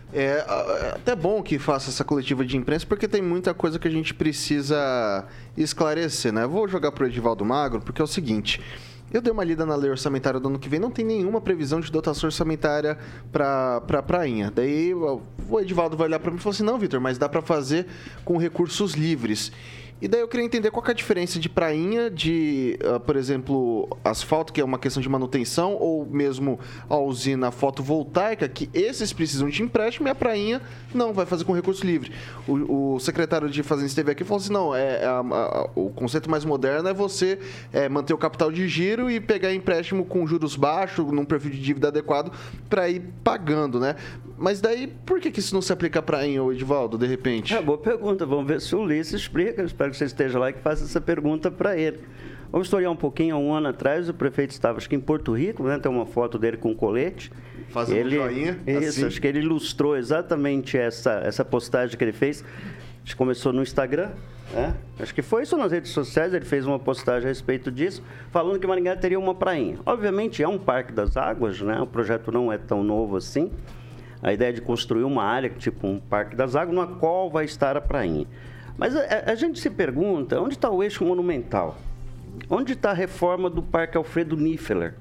É até bom que faça essa coletiva de imprensa, porque tem muita coisa que a gente pissar esclarecer, né? Eu vou jogar para o Edivaldo Magro, porque é o seguinte... Eu dei uma lida na lei orçamentária do ano que vem, não tem nenhuma previsão de dotação orçamentária para pra prainha. Daí o Edivaldo vai olhar para mim e falar assim, não, Vitor, mas dá para fazer com recursos livres. E daí eu queria entender qual que é a diferença de prainha, de, uh, por exemplo, asfalto, que é uma questão de manutenção, ou mesmo a usina fotovoltaica, que esses precisam de empréstimo e a prainha não, vai fazer com recurso livre. O, o secretário de Fazenda esteve aqui e falou assim, não, é, a, a, o conceito mais moderno é você é, manter o capital de giro e pegar empréstimo com juros baixos, num perfil de dívida adequado, para ir pagando, né? Mas daí, por que, que isso não se aplica à prainha, Edivaldo, de repente? É boa pergunta, vamos ver se o Ulisses explica, eu espero que você esteja lá e que faça essa pergunta para ele. Vamos historiar um pouquinho, há um ano atrás o prefeito estava, acho que em Porto Rico, né? Tem uma foto dele com colete. Fazendo ele, um joinha. Isso, assim. Acho que ele ilustrou exatamente essa, essa postagem que ele fez. Acho que começou no Instagram, né? Acho que foi isso nas redes sociais, ele fez uma postagem a respeito disso, falando que Maringá teria uma prainha. Obviamente é um parque das águas, né? O projeto não é tão novo assim. A ideia de construir uma área, tipo um parque das águas, na qual vai estar a prainha. Mas a, a gente se pergunta, onde está o eixo monumental? Onde está a reforma do Parque Alfredo Nifeler?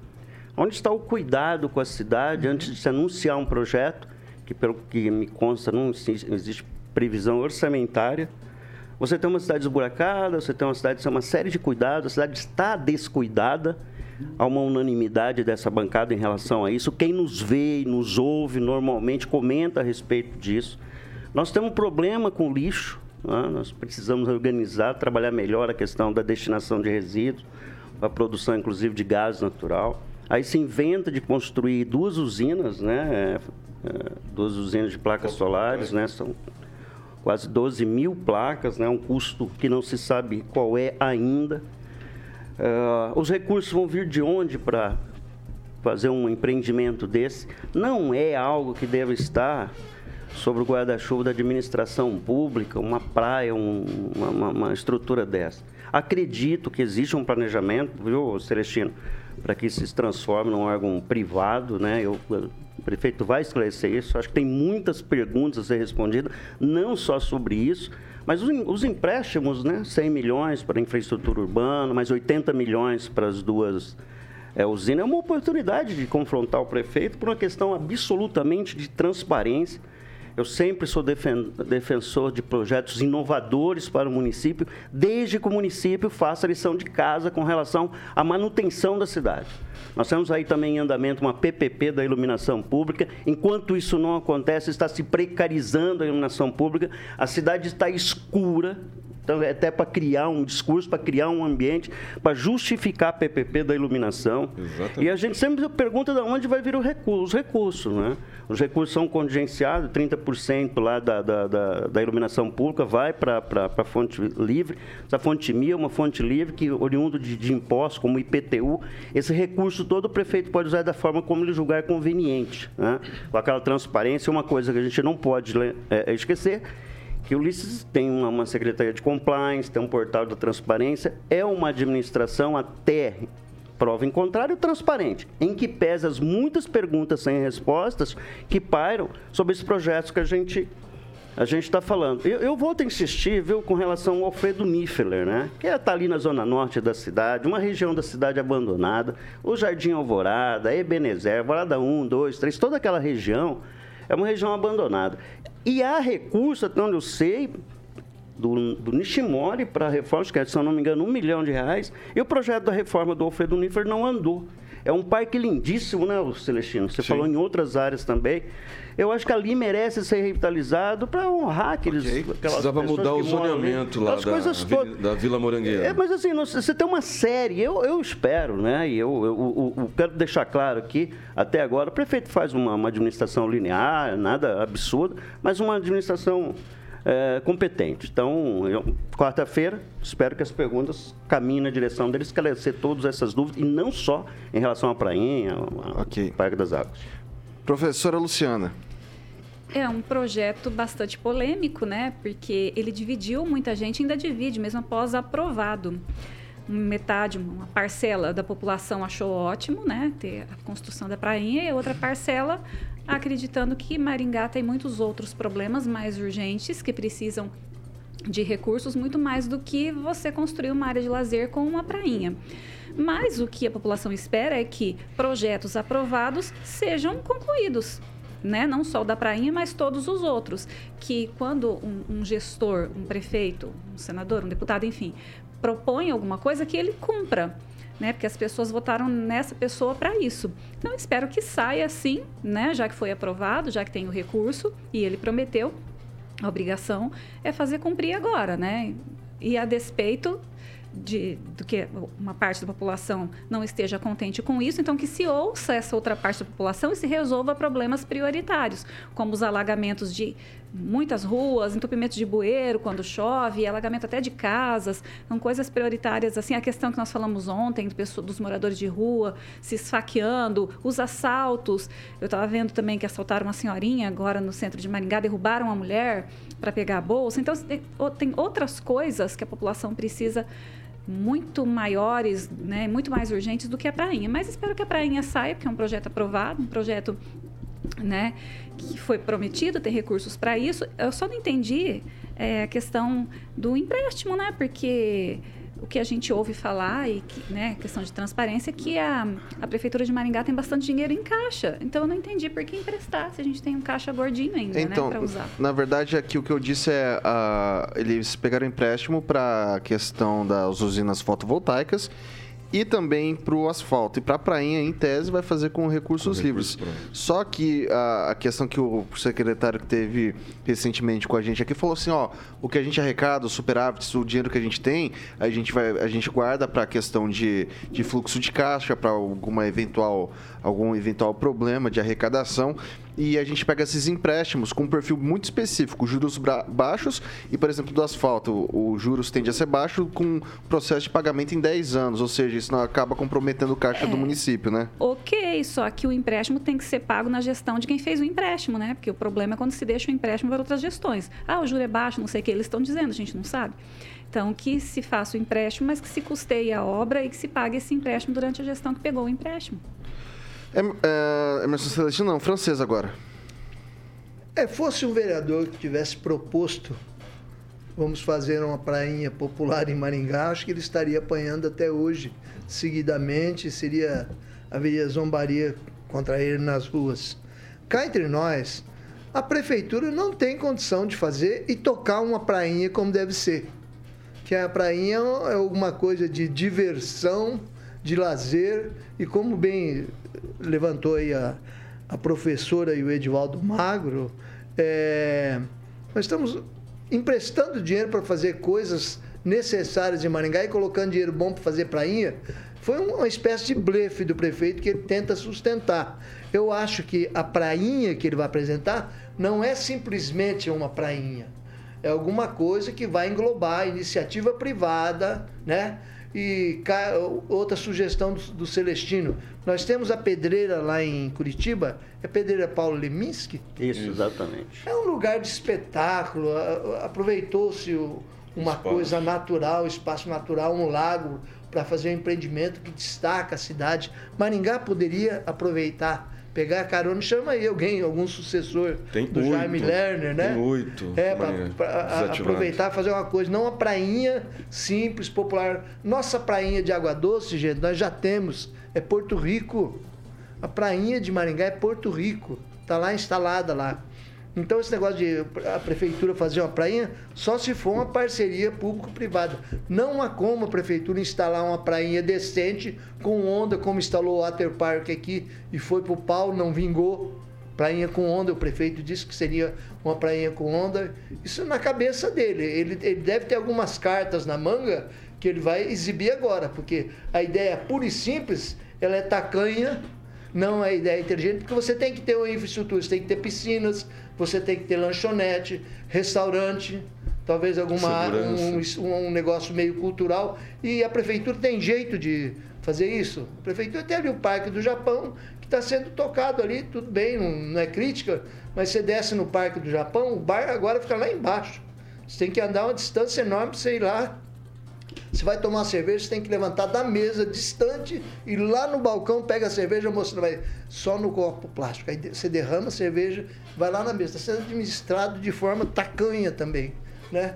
Onde está o cuidado com a cidade antes de se anunciar um projeto, que pelo que me consta não existe previsão orçamentária? Você tem uma cidade esburacada, você tem uma cidade sem uma série de cuidados, a cidade está descuidada. Há uma unanimidade dessa bancada em relação a isso. Quem nos vê e nos ouve normalmente comenta a respeito disso. Nós temos um problema com lixo, né? Nós precisamos organizar, trabalhar melhor a questão da destinação de resíduos, a produção inclusive de gás natural. Aí se inventa de construir duas usinas, né? É, duas usinas de placas solares, né? São quase doze mil placas, né? Um custo que não se sabe qual é ainda. Uh, os recursos vão vir de onde para fazer um empreendimento desse? Não é algo que deve estar sobre o guarda-chuva da administração pública, uma praia, um, uma, uma estrutura dessa. Acredito que existe um planejamento, viu, Celestino, para que isso se transforme num órgão privado, né? Eu, o prefeito vai esclarecer isso. Acho que tem muitas perguntas a ser respondidas, não só sobre isso, mas os, os empréstimos, né? cem milhões para a infraestrutura urbana, mais oitenta milhões para as duas é, usinas. É uma oportunidade de confrontar o prefeito por uma questão absolutamente de transparência. Eu sempre sou defen- defensor de projetos inovadores para o município, desde que o município faça a lição de casa com relação à manutenção da cidade. Nós temos aí também em andamento uma P P P da iluminação pública. Enquanto isso não acontece, está se precarizando a iluminação pública, a cidade está escura. Então, é até para criar um discurso, para criar um ambiente, para justificar a P P P da iluminação. Exatamente. E a gente sempre pergunta de onde vai vir o recurso, os recursos, né? Os recursos são contingenciados, trinta por cento lá da, da, da, da iluminação pública vai para a fonte livre. Essa fonte M I é uma fonte livre que, oriundo de, de impostos, como I P T U, esse recurso todo o prefeito pode usar da forma como ele julgar conveniente, né? Com aquela transparência, uma coisa que a gente não pode é, esquecer, que o Ulisses tem uma, uma secretaria de compliance, tem um portal da transparência, é uma administração até prova em contrário transparente, em que pesa as muitas perguntas sem respostas que pairam sobre esses projetos que a gente a gente está falando. Eu, eu volto a insistir, viu, com relação ao Alfredo Niffler, né? Que está ali na zona norte da cidade, uma região da cidade abandonada, o Jardim Alvorada, Ebenezer, Alvorada um, dois, três, toda aquela região é uma região abandonada. E há recurso, até onde eu sei, do, do Nishimori para a reforma, que é, se eu não me engano, um milhão de reais, e o projeto da reforma do Alfredo Niffler não andou. É um parque lindíssimo, né, Celestino? Você Sim. falou em outras áreas também. Eu acho que ali merece ser revitalizado para honrar aqueles... Okay. Precisava mudar o zoneamento lá da, vi, da Vila Morangueira. É, mas assim, você tem uma série, eu, eu espero, né? E eu, eu, eu, eu quero deixar claro aqui, até agora, o prefeito faz uma, uma administração linear, nada absurdo, mas uma administração é, competente. Então, quarta-feira, espero que as perguntas caminhem na direção dele, esclarecer todas essas dúvidas, e não só em relação à prainha, ao okay. Parque das Águas. Professora Luciana. É um projeto bastante polêmico, né? Porque ele dividiu, muita gente ainda divide, mesmo após aprovado. Metade, uma parcela da população achou ótimo, né? Ter a construção da prainha, e outra parcela acreditando que Maringá tem muitos outros problemas mais urgentes que precisam de recursos muito mais do que você construir uma área de lazer com uma prainha. Mas o que a população espera é que projetos aprovados sejam concluídos, né? Não só o da prainha, mas todos os outros. Que quando um, um gestor, um prefeito, um senador, um deputado, enfim, propõe alguma coisa, que ele cumpra, né? Porque as pessoas votaram nessa pessoa para isso. Então, espero que saia assim, né? Já que foi aprovado, já que tem o recurso e ele prometeu, a obrigação é fazer cumprir agora, né? E a despeito de, do que uma parte da população não esteja contente com isso, então que se ouça essa outra parte da população e se resolva problemas prioritários, como os alagamentos de muitas ruas, entupimento de bueiro quando chove, alagamento até de casas, são coisas prioritárias, assim, a questão que nós falamos ontem, dos moradores de rua se esfaqueando, os assaltos. Eu estava vendo também que assaltaram uma senhorinha agora no centro de Maringá, derrubaram uma mulher para pegar a bolsa. Então, tem outras coisas que a população precisa muito maiores, né, muito mais urgentes do que a prainha. Mas espero que a prainha saia, porque é um projeto aprovado, um projeto, né, que foi prometido, tem recursos para isso. Eu só não entendi é, a questão do empréstimo, né, porque o que a gente ouve falar, e que, né, questão de transparência, que a, a Prefeitura de Maringá tem bastante dinheiro em caixa. Então, eu não entendi por que emprestar, se a gente tem um caixa gordinho ainda, então, né, para usar. Na verdade, aqui o que eu disse é, uh, eles pegaram empréstimo para a questão das usinas fotovoltaicas e também para o asfalto. E para a prainha, em tese, vai fazer com recursos livres. Só que a, a questão que o secretário que teve recentemente com a gente aqui falou assim, ó, o que a gente arrecada, os superávites, o dinheiro que a gente tem, a gente, vai, a gente guarda para a questão de, de fluxo de caixa, para alguma eventual, algum eventual problema de arrecadação. e a gente pega esses empréstimos com um perfil muito específico, juros baixos e, por exemplo, do asfalto, o juros tende a ser baixo com processo de pagamento em dez anos, ou seja, isso não acaba comprometendo o caixa é, do município, né? Ok, só que o empréstimo tem que ser pago na gestão de quem fez o empréstimo, né? Porque o problema é quando se deixa o empréstimo para outras gestões. Ah, o juro é baixo, não sei o que eles estão dizendo, a gente não sabe. Então, que se faça o empréstimo, mas que se custeie a obra e que se pague esse empréstimo durante a gestão que pegou o empréstimo. É, é, Emerson Celestino, não, francês agora. É, fosse um vereador que tivesse proposto, vamos fazer uma prainha popular em Maringá, acho que ele estaria apanhando até hoje, seguidamente, seria, haveria zombaria contra ele nas ruas. Cá entre nós, a prefeitura não tem condição de fazer e tocar uma prainha como deve ser. Que a prainha é alguma coisa de diversão, de lazer, e como bem levantou aí a, a professora e o Edivaldo Magro, é, nós estamos emprestando dinheiro para fazer coisas necessárias em Maringá e colocando dinheiro bom para fazer prainha. Foi uma espécie de blefe do prefeito que ele tenta sustentar. Eu acho que a prainha que ele vai apresentar não é simplesmente uma prainha. É alguma coisa que vai englobar a iniciativa privada, né? E outra sugestão do, do Celestino. Nós temos a pedreira lá em Curitiba, é a pedreira Paulo Leminski? Isso, exatamente. É um lugar de espetáculo, aproveitou-se uma espaço. coisa natural, espaço natural, um lago, para fazer um empreendimento que destaca a cidade. Maringá poderia aproveitar, pegar a carona, chama aí alguém, algum sucessor tem do oito, Jaime Lerner, né? Tem oito. É, para aproveitar, fazer uma coisa, não uma prainha simples, popular. Nossa prainha de Água Doce, gente, nós já temos, é Porto Rico. A prainha de Maringá é Porto Rico, está lá instalada lá. Então, esse negócio de a prefeitura fazer uma prainha, só se for uma parceria público-privada. Não há como a prefeitura instalar uma prainha decente, com onda, como instalou o Water Park aqui, e foi pro pau, não vingou. Prainha com onda, o prefeito disse que seria uma prainha com onda. Isso na cabeça dele. Ele, ele deve ter algumas cartas na manga que ele vai exibir agora, porque a ideia pura e simples, ela é tacanha, não é ideia inteligente, porque você tem que ter uma infraestrutura, você tem que ter piscinas, você tem que ter lanchonete, restaurante, talvez alguma um, um negócio meio cultural, e a prefeitura tem jeito de fazer isso. A prefeitura tem ali o Parque do Japão, que está sendo tocado ali, tudo bem, não, não é crítica, mas você desce no Parque do Japão, o bar agora fica lá embaixo. Você tem que andar uma distância enorme para você ir lá. Você vai tomar uma cerveja, você tem que levantar da mesa, distante, e lá no balcão pega a cerveja, a moça vai só no copo plástico. Aí você derrama a cerveja, vai lá na mesa. Está sendo administrado de forma tacanha também, né?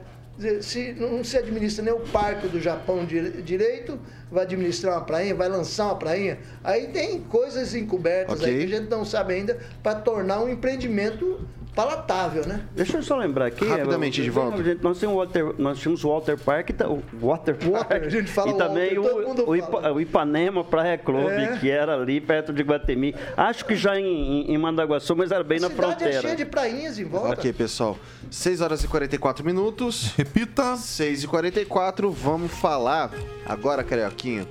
Se não se administra nem o Parque do Japão direito, vai administrar uma prainha, vai lançar uma prainha. Aí tem coisas encobertas okay. aí que a gente não sabe ainda para tornar um empreendimento palatável, né? Deixa eu só lembrar aqui. Rapidamente, de volta. Nós tínhamos o Water, nós tínhamos o Water Park, o Water Park Water, a gente fala e também Water, o, o, Ipa, o Ipanema Praia Clube, é. que era ali perto de Guatemi. Acho que já em, em, em Mandaguaçu, mas era bem a na cidade fronteira. É cheia de prainhas em volta. Ok, pessoal. seis horas e quarenta e quatro minutos. Repita. seis e quarenta e quatro. Vamos falar agora, Carioquinho,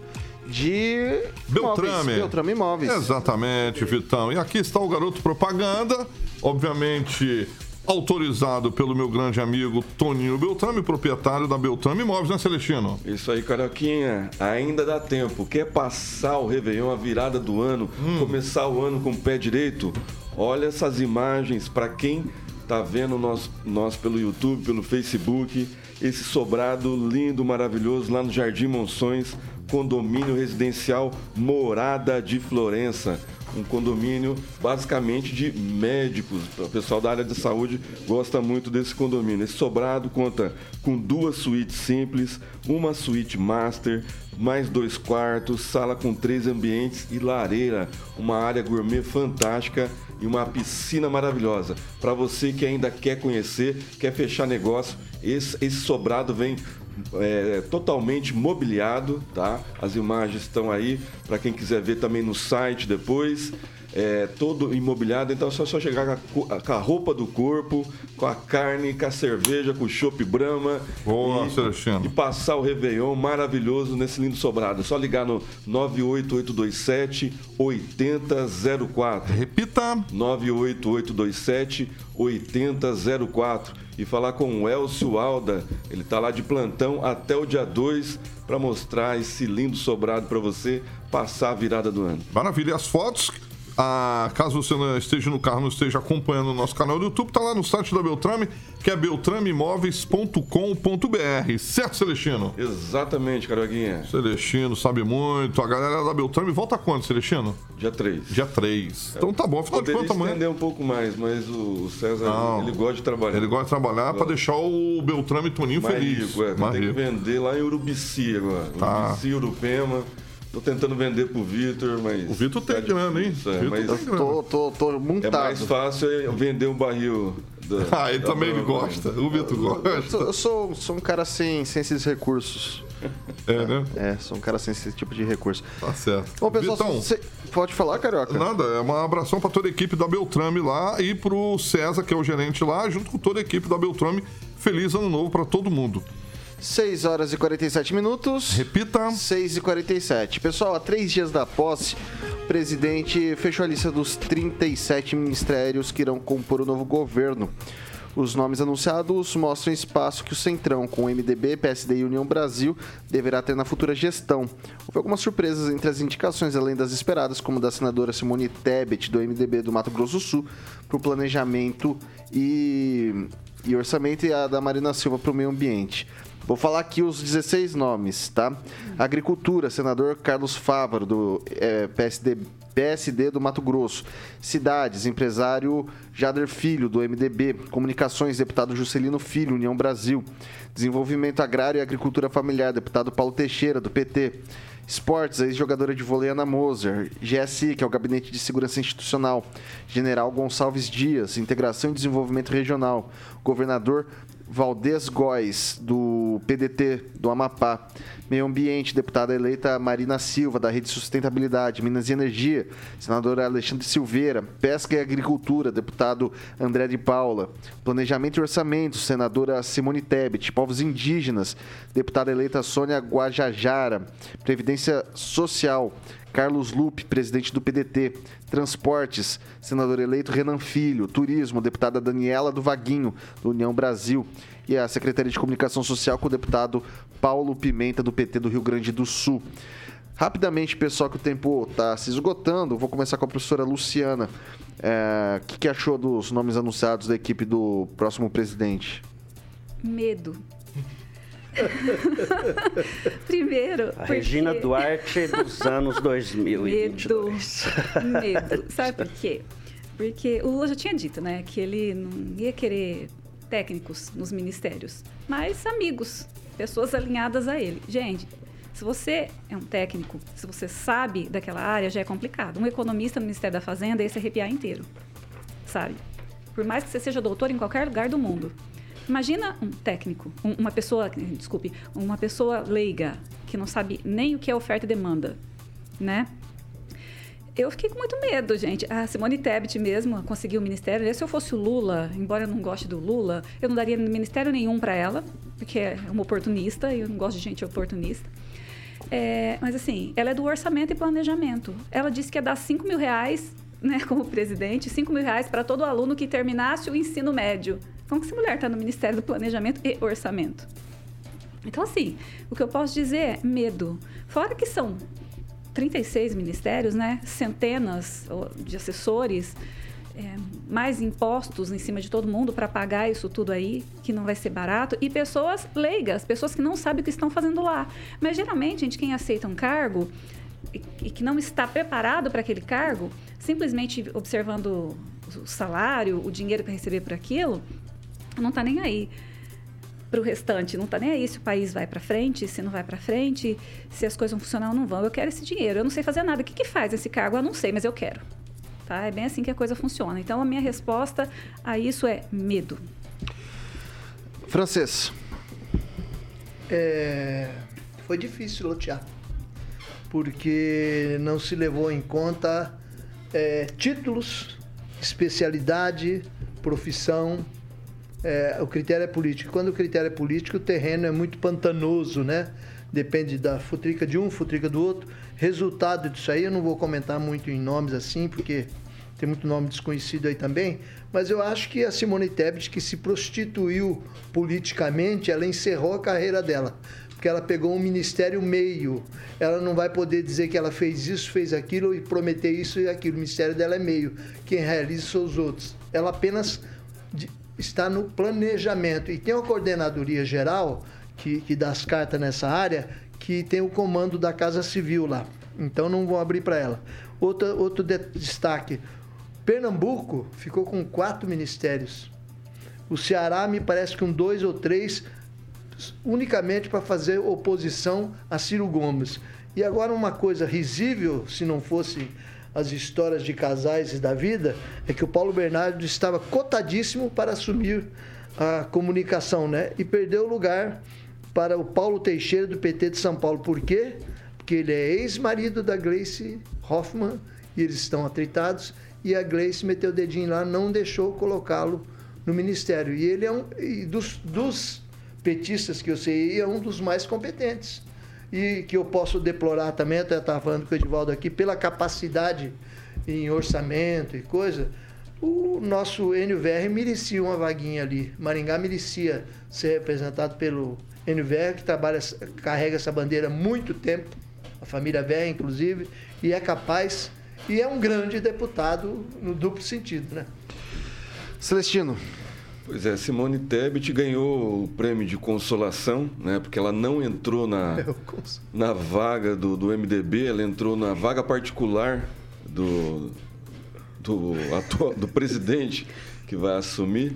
de Beltrame. Imóveis. Beltrame Imóveis. Exatamente, Vitão. E aqui está o garoto propaganda, obviamente autorizado pelo meu grande amigo Toninho Beltrame, proprietário da Beltrame Imóveis, né, Celestino? Isso aí, Carioquinha. Ainda dá tempo. Quer passar o Réveillon, a virada do ano, hum. começar o ano com o pé direito? Olha essas imagens para quem tá vendo nós, nós pelo YouTube, pelo Facebook. Esse sobrado lindo, maravilhoso, lá no Jardim Monções, condomínio residencial Morada de Florença. Um condomínio basicamente de médicos. O pessoal da área de saúde gosta muito desse condomínio. Esse sobrado conta com duas suítes simples, uma suíte master, mais dois quartos, sala com três ambientes e lareira. Uma área gourmet fantástica e uma piscina maravilhosa. Para você que ainda quer conhecer, quer fechar negócio, esse, esse sobrado vem É, totalmente mobiliado, tá? As imagens estão aí para quem quiser ver também no site depois. é, todo imobiliado, então é só, só chegar com a, com a roupa do corpo, com a carne, com a cerveja, com o chopp Brahma. Boa, e, Celestino. e passar o Réveillon maravilhoso nesse lindo sobrado. É só ligar no nove oito oito dois sete oito zero zero quatro. Repita. nove oito oito dois sete oito zero zero quatro e falar com o Elcio Alda. Ele está lá de plantão até o dia dois para mostrar esse lindo sobrado para você passar a virada do ano. Maravilha. E as fotos, ah, caso você não esteja no carro, não esteja acompanhando o nosso canal do YouTube, tá lá no site da Beltrame, que é beltrame imóveis ponto com ponto b r. Certo, Celestino? Exatamente, Carioguinha. Celestino sabe muito. A galera da Beltrame volta quando, Celestino? Dia três. Dia três. Então tá bom. Afinal de Poderia contas, amanhã... estender um pouco mais, mas o César, Não, ele gosta de trabalhar. Ele gosta de trabalhar para deixar o Beltrame Toninho mais feliz. Rico, é. Mais Tem rico. que vender lá em Urubici agora. Tá. Urubici, Urupema. Tô tentando vender pro Vitor, mas... O Vitor tem tá grana, hein? difícil, é, Vitor mas tem grana. Tô, tô, tô montado. é mais fácil eu vender um barril... Da, Ah, ele da também ele Brahma. gosta. O Vitor Eu gosta. sou, eu sou, sou um cara sem, sem esses recursos. É, né? É, sou um cara sem esse tipo de recurso. Tá certo. Bom, pessoal, Vitão, você pode falar, Carioca? nada, é um abração para toda a equipe da Beltrame lá e pro César, que é o gerente lá, junto com toda a equipe da Beltrame. Feliz ano novo para todo mundo. seis horas e quarenta e sete minutos. Repita. seis e quarenta e sete. Pessoal, há três dias da posse, o presidente fechou a lista dos trinta e sete ministérios que irão compor o novo governo. Os nomes anunciados mostram o espaço que o Centrão, com M D B, P S D e União Brasil, deverá ter na futura gestão. Houve algumas surpresas entre as indicações, além das esperadas, como da senadora Simone Tebet, do M D B do Mato Grosso do Sul, para o planejamento e, e orçamento, e a da Marina Silva para o meio ambiente. Vou falar aqui os dezesseis nomes, tá? Agricultura, senador Carlos Fávaro, do é, P S D, P S D do Mato Grosso. Cidades, empresário Jader Filho, do M D B. Comunicações, deputado Juscelino Filho, União Brasil. Desenvolvimento Agrário e Agricultura Familiar, deputado Paulo Teixeira, do P T. Esportes, a ex-jogadora de vôlei Ana Moser. G S I, que é o Gabinete de Segurança Institucional. General Gonçalves Dias, Integração e Desenvolvimento Regional. Governador Valdez Góes, do P D T do Amapá. Meio Ambiente, deputada eleita Marina Silva, da Rede Sustentabilidade. Minas e Energia, senador Alexandre Silveira. Pesca e Agricultura, deputado André de Paula. Planejamento e Orçamento, senadora Simone Tebet. Povos Indígenas, deputada eleita Sônia Guajajara. Previdência Social, Carlos Lupe, presidente do P D T. Transportes, senador eleito Renan Filho. Turismo, deputada Daniela do Vaguinho, do União Brasil. E a Secretaria de Comunicação Social com o deputado Paulo Pimenta, do P T do Rio Grande do Sul. Rapidamente, pessoal, que o tempo está se esgotando, vou começar com a professora Luciana. É, o que, que achou dos nomes anunciados da equipe do próximo presidente? Medo. Primeiro, A porque... Regina Duarte dos anos dois mil e vinte e dois. Medo, medo. Sabe por quê? Porque o Lula já tinha dito, né, que ele não ia querer técnicos nos ministérios, mas amigos, pessoas alinhadas a ele. Gente, se você é um técnico, se você sabe daquela área, já é complicado. Um economista no Ministério da Fazenda ia se arrepiar inteiro, sabe? Por mais que você seja doutor em qualquer lugar do mundo. Imagina um técnico, um, uma pessoa, desculpe, uma pessoa leiga, que não sabe nem o que é oferta e demanda, né? Eu fiquei com muito medo, gente. A Simone Tebet mesmo conseguiu o ministério. Se eu fosse o Lula, embora eu não goste do Lula, eu não daria ministério nenhum para ela, porque é uma oportunista, e eu não gosto de gente oportunista. É, mas assim, ela é do orçamento e planejamento. Ela disse que ia dar cinco mil reais, né, como presidente, cinco mil reais para todo aluno que terminasse o ensino médio. Como que essa mulher está no Ministério do Planejamento e Orçamento? Então, assim, o que eu posso dizer é medo. Fora que são trinta e seis ministérios, né? Centenas de assessores, é, mais impostos em cima de todo mundo para pagar isso tudo aí, que não vai ser barato, e pessoas leigas, pessoas que não sabem o que estão fazendo lá. Mas, geralmente, gente, quem aceita um cargo e, e que não está preparado para aquele cargo, simplesmente observando o salário, o dinheiro que vai receber por aquilo, não está nem aí para o restante, não está nem aí se o país vai para frente, se não vai para frente, se as coisas vão funcionar ou não vão. Eu quero esse dinheiro, eu não sei fazer nada. O que, que faz esse cargo? Eu não sei, mas eu quero. Tá? É bem assim que a coisa funciona. Então, a minha resposta a isso é medo. Francês. É, foi difícil lotear, porque não se levou em conta é, títulos, especialidade, profissão. É, o critério é político. Quando o critério é político, o terreno é muito pantanoso, né? Depende da futrica de um, futrica do outro. Resultado disso aí, eu não vou comentar muito em nomes assim, porque tem muito nome desconhecido aí também, mas eu acho que a Simone Tebet, que se prostituiu politicamente, ela encerrou a carreira dela, porque ela pegou um ministério meio. Ela não vai poder dizer que ela fez isso, fez aquilo e prometer isso e aquilo. O ministério dela é meio. Quem realiza são os outros. Ela apenas está no planejamento. E tem uma coordenadoria geral que, que dá as cartas nessa área, que tem o comando da Casa Civil lá. Então não vou abrir para ela. Outro, outro de, destaque. Pernambuco ficou com quatro ministérios. O Ceará me parece que com dois ou três, unicamente para fazer oposição a Ciro Gomes. E agora uma coisa risível, se não fosse as histórias de casais e da vida, é que o Paulo Bernardo estava cotadíssimo para assumir a comunicação, né? E perdeu o lugar para o Paulo Teixeira, do P T de São Paulo. Por quê? Porque ele é ex-marido da Gleice Hoffmann e eles estão atritados, e a Gleice meteu o dedinho lá, não deixou colocá-lo no ministério. E ele é um e dos, dos petistas que eu sei, é um dos mais competentes. E que eu posso deplorar também, até estava falando com o Edivaldo aqui, pela capacidade em orçamento e coisa, o nosso N V R merecia uma vaguinha ali. Maringá merecia ser representado pelo N V R, que trabalha, carrega essa bandeira há muito tempo, a família Verra, inclusive, e é capaz, e é um grande deputado no duplo sentido, né? Celestino. Pois é, Simone Tebet ganhou o prêmio de consolação, né? Porque ela não entrou na, na vaga do, do M D B, ela entrou na vaga particular do, do, atual, do presidente que vai assumir.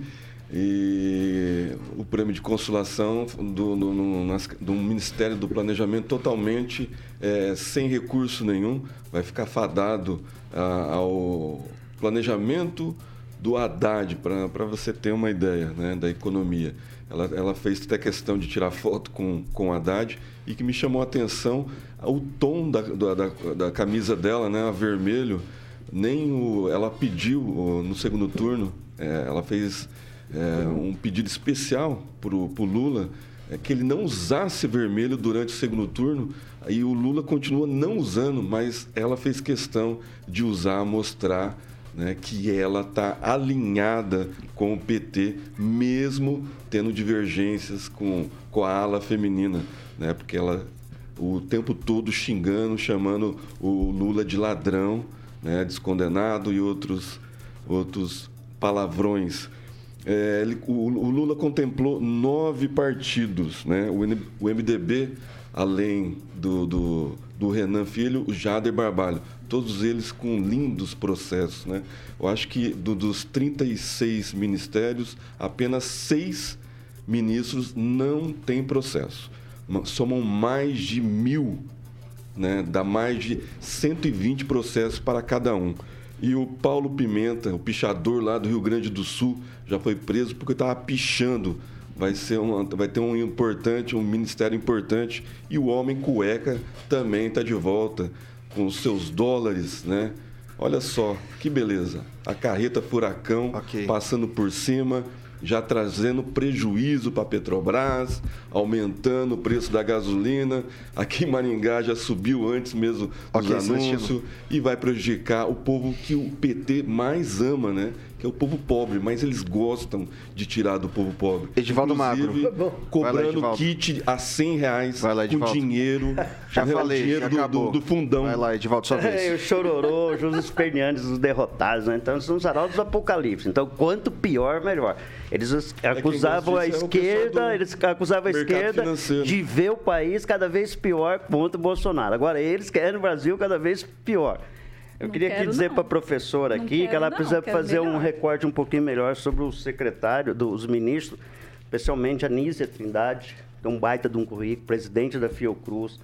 E o prêmio de consolação do, do, no, nas, do Ministério do Planejamento totalmente é, sem recurso nenhum, vai ficar fadado a, ao planejamento do Haddad, para você ter uma ideia, né, da economia. Ela, ela fez até questão de tirar foto com, com o Haddad, e que me chamou a atenção o tom da, da, da camisa dela, né, a vermelho. Nem o, ela pediu no segundo turno, é, ela fez é, um pedido especial para o Lula, é, que ele não usasse vermelho durante o segundo turno, e o Lula continua não usando, mas ela fez questão de usar, mostrar, né, que ela está alinhada com o P T, mesmo tendo divergências com, com a ala feminina, né, porque ela o tempo todo xingando, chamando o Lula de ladrão, né, descondenado e outros, outros palavrões. É, ele, o, o Lula contemplou nove partidos, né, o, o M D B, além do, do, do Renan Filho, o Jader Barbalho, todos eles com lindos processos, né? Eu acho que do, dos trinta e seis ministérios, apenas seis ministros não têm processo. Somam mais de mil, né? Dá mais de cento e vinte processos para cada um. E o Paulo Pimenta, o pichador lá do Rio Grande do Sul, já foi preso porque estava pichando. Vai, ser uma, vai ter um importante, um ministério importante. E o homem cueca também está de volta com os seus dólares, né? Olha só, que beleza. A carreta furacão, okay, passando por cima, já trazendo prejuízo para a Petrobras, aumentando o preço da gasolina. Aqui em Maringá já subiu antes mesmo dos okay, anúncios e vai prejudicar o povo que o P T mais ama, né? Que é o povo pobre, mas eles gostam de tirar do povo pobre. Edivaldo Magro. Cobrando lá, kit a cem reais lá, com dinheiro. Já falei, dinheiro já do, acabou. Do, do fundão. Vai lá, Edivaldo, sua vez. É, o chororô, os esperneantes, os derrotados, né? Então, são os arautos do apocalipse. Então, quanto pior, melhor. Eles acusavam é a esquerda, é eles acusavam a esquerda financeiro. de ver o país cada vez pior contra o Bolsonaro. Agora, eles querem o Brasil cada vez pior. Eu não queria aqui dizer para a professora aqui quero, que ela precisa não, fazer melhor. um recorte um pouquinho melhor sobre o secretário, dos ministros, especialmente a Nízia Trindade, que é um baita de um currículo, presidente da Fiocruz,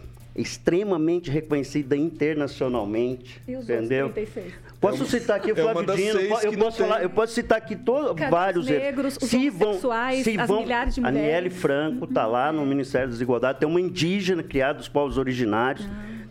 extremamente reconhecida internacionalmente, e os entendeu? trinta e seis? Posso é citar aqui o Flávio é Dino, eu posso, falar, eu posso citar aqui todo, vários negros, os se vão, homossexuais, se as vão, milhares de a mulheres. Aniele Franco está lá no Ministério da Desigualdade, tem uma indígena criada dos povos originários, ah.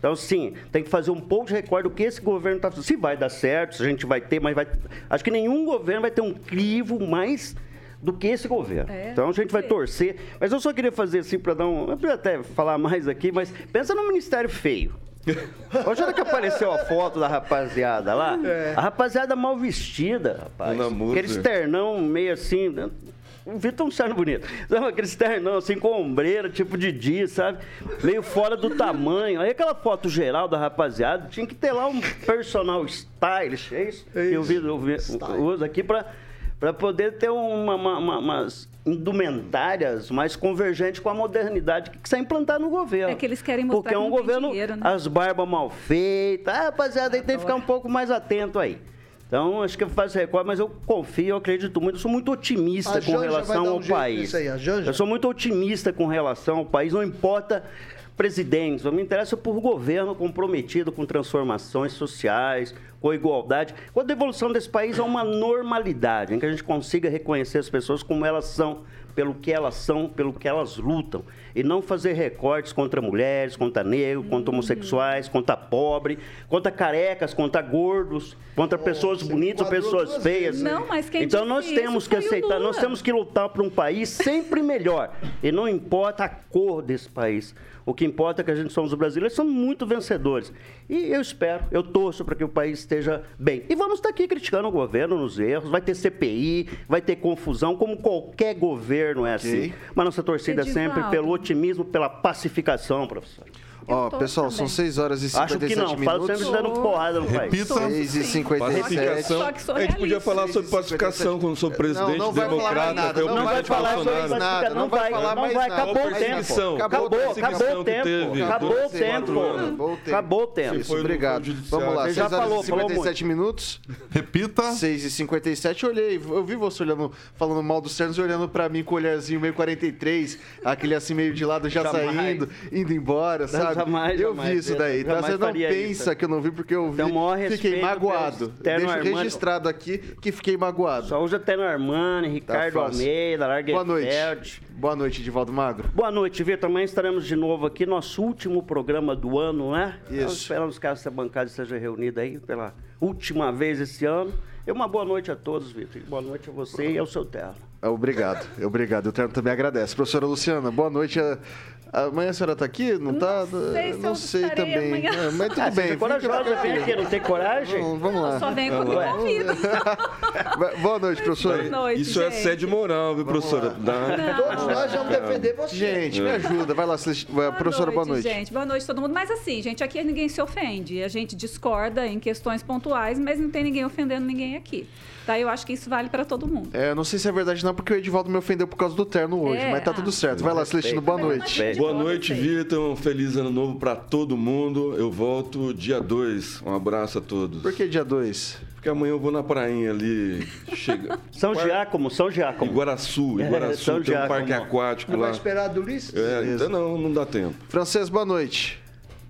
Então, sim, tem que fazer um pouco de recorde do que esse governo está fazendo. Se vai dar certo, se a gente vai ter, mas vai... Acho que nenhum governo vai ter um crivo mais do que esse governo. É, então, a gente vai torcer. Mas eu só queria fazer assim, para dar um... Eu podia até falar mais aqui, mas pensa no Ministério feio. Hoje era que apareceu a foto da rapaziada lá. É. A rapaziada mal vestida, rapaz. Aquele externão meio assim... O Vitor não saindo bonito. Sabe, aquele externão assim, com ombreira, tipo de dia, sabe? Meio fora do tamanho. Aí aquela foto geral da rapaziada, tinha que ter lá um personal stylist, é isso? É isso. Que o Vitor usa aqui pra, pra poder ter uma, uma, uma, umas indumentárias mais convergentes com a modernidade que precisa implantar no governo. É que eles querem mostrar porque é um governo, dinheiro, né? As barbas mal feitas. Ah, rapaziada, aí tem que ficar um pouco mais atento aí. Então, acho que faz recorde, mas eu confio, eu acredito muito, eu sou muito otimista a com Janja relação ao um país. Aí, eu sou muito otimista com relação ao país, não importa presidentes, eu me interesso por governo comprometido com transformações sociais, com igualdade, com a devolução desse país a uma normalidade, em que a gente consiga reconhecer as pessoas como elas são, pelo que elas são, pelo que elas lutam, e não fazer recortes contra mulheres, contra negros, contra homossexuais, contra pobres, contra carecas, contra gordos, contra oh, pessoas bonitas, pessoas feias. Não, mas quem então nós temos que aceitar, nós temos que lutar por um país sempre melhor, e não importa a cor desse país. O que importa é que a gente somos os brasileiros, somos muito vencedores. E eu espero, eu torço para que o país esteja bem. E vamos estar aqui criticando o governo nos erros, vai ter C P I, vai ter confusão, como qualquer governo é assim. Okay. Mas nossa torcida é sempre pelo otimismo, pela pacificação, professor. Ó, oh, pessoal, também. São seis horas e cinquenta e sete minutos. Acho que não, falo sempre dando porrada no país. Repita. seis e cinquenta e sete. A gente podia falar sobre pacificação quando sou presidente não, não democrata. Nada, não, não vai falar sobre nada. Não vai falar mais nada. Acabou o tempo. Acabou, acabou o tempo. Acabou o tempo. Acabou o tempo. Isso, obrigado. Vamos lá, seis horas e cinquenta e sete minutos. Repita. seis e cinquenta e sete, olhei, eu vi você olhando, falando mal dos ternos, olhando pra mim com o olharzinho meio quarenta e três, aquele assim meio de lado já saindo, indo embora, sabe? Eu vi isso daí, tá? Você não pensa isso. Que eu não vi porque eu vi, então, fiquei magoado. Deixo Armani. Registrado aqui que fiquei magoado. Só usa Terno Armani, Ricardo tá Almeida, Larguefeld. Boa noite. Boa noite, Edivaldo Magro. Boa noite, Vitor. Amanhã estaremos de novo aqui, nosso último programa do ano, né? Isso. Então, esperamos que essa bancada esteja reunida aí pela última vez esse ano. E uma boa noite a todos, Vitor. Boa noite a você e ao seu terno. Obrigado, obrigado. O terno também agradece. Professora Luciana, boa noite. Amanhã a senhora está aqui? Não está? Não sei, não sei também. É, mas tudo ah, bem. Você é corajosa, vem aqui, não tem coragem? Não, vamos lá. Eu só venho quando convido. Boa noite, professora. Boa noite, Isso gente. É assédio moral, viu, professora? Dá... Todos nós vamos defender você. Gente, me ajuda. Vai lá, boa professora, noite, boa noite. Gente, boa noite todo mundo. Mas assim, gente, aqui ninguém se ofende. A gente discorda em questões pontuais, mas não tem ninguém ofendendo ninguém aqui. Tá? Eu acho que isso vale para todo mundo. É, não sei se é verdade não, porque o Edivaldo me ofendeu por causa do terno hoje, é, mas tá ah, tudo certo. Vai lá, Celestino, boa noite. Boa noite, Vitor. Um feliz ano novo para todo mundo. Eu volto dia dois. Um abraço a todos. Por que dia dois? Porque amanhã eu vou na prainha ali. Chega. São Par... Giacomo, São Giacomo. Iguaraçu, Iguaraçu, é, tem um parque aquático não lá. Vai esperar do Ulisses? É, ainda não, não dá tempo. Francês, boa noite.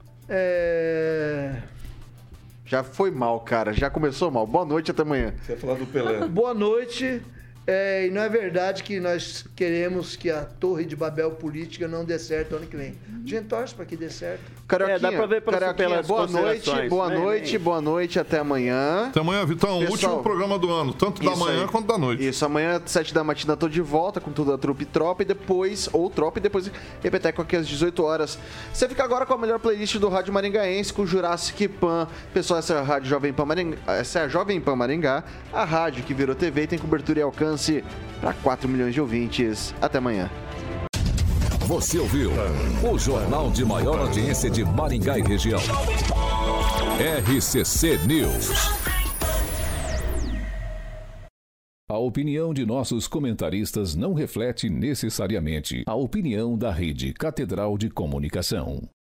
É... Já foi mal, cara. Já começou mal. Boa noite, até amanhã. Você vai falar do Pelé. Boa noite. É, e não é verdade que nós queremos que a Torre de Babel política não dê certo ano que vem. A gente torce para que dê certo. Carioquinha, é, dá pra ver pelas, pelas boa noite, boa né, noite, boa noite, até amanhã. Até amanhã, Vitão. Pessoal, último programa do ano, tanto da manhã aí. Quanto da noite. Isso, amanhã, sete da matina, tô de volta com tudo a Trupe Tropa e depois, ou Tropa e depois Repeteco aqui às dezoito horas. Você fica agora com a melhor playlist do Rádio Maringaense, com o Jurassic Pan. Pessoal, essa é a Rádio Jovem Pan Maringá, essa é a Jovem Pan Maringá, a rádio que virou T V e tem cobertura e alcance para quatro milhões de ouvintes. Até amanhã. Você ouviu o jornal de maior audiência de Maringá e região. R C C News. A opinião de nossos comentaristas não reflete necessariamente a opinião da Rede Catedral de Comunicação.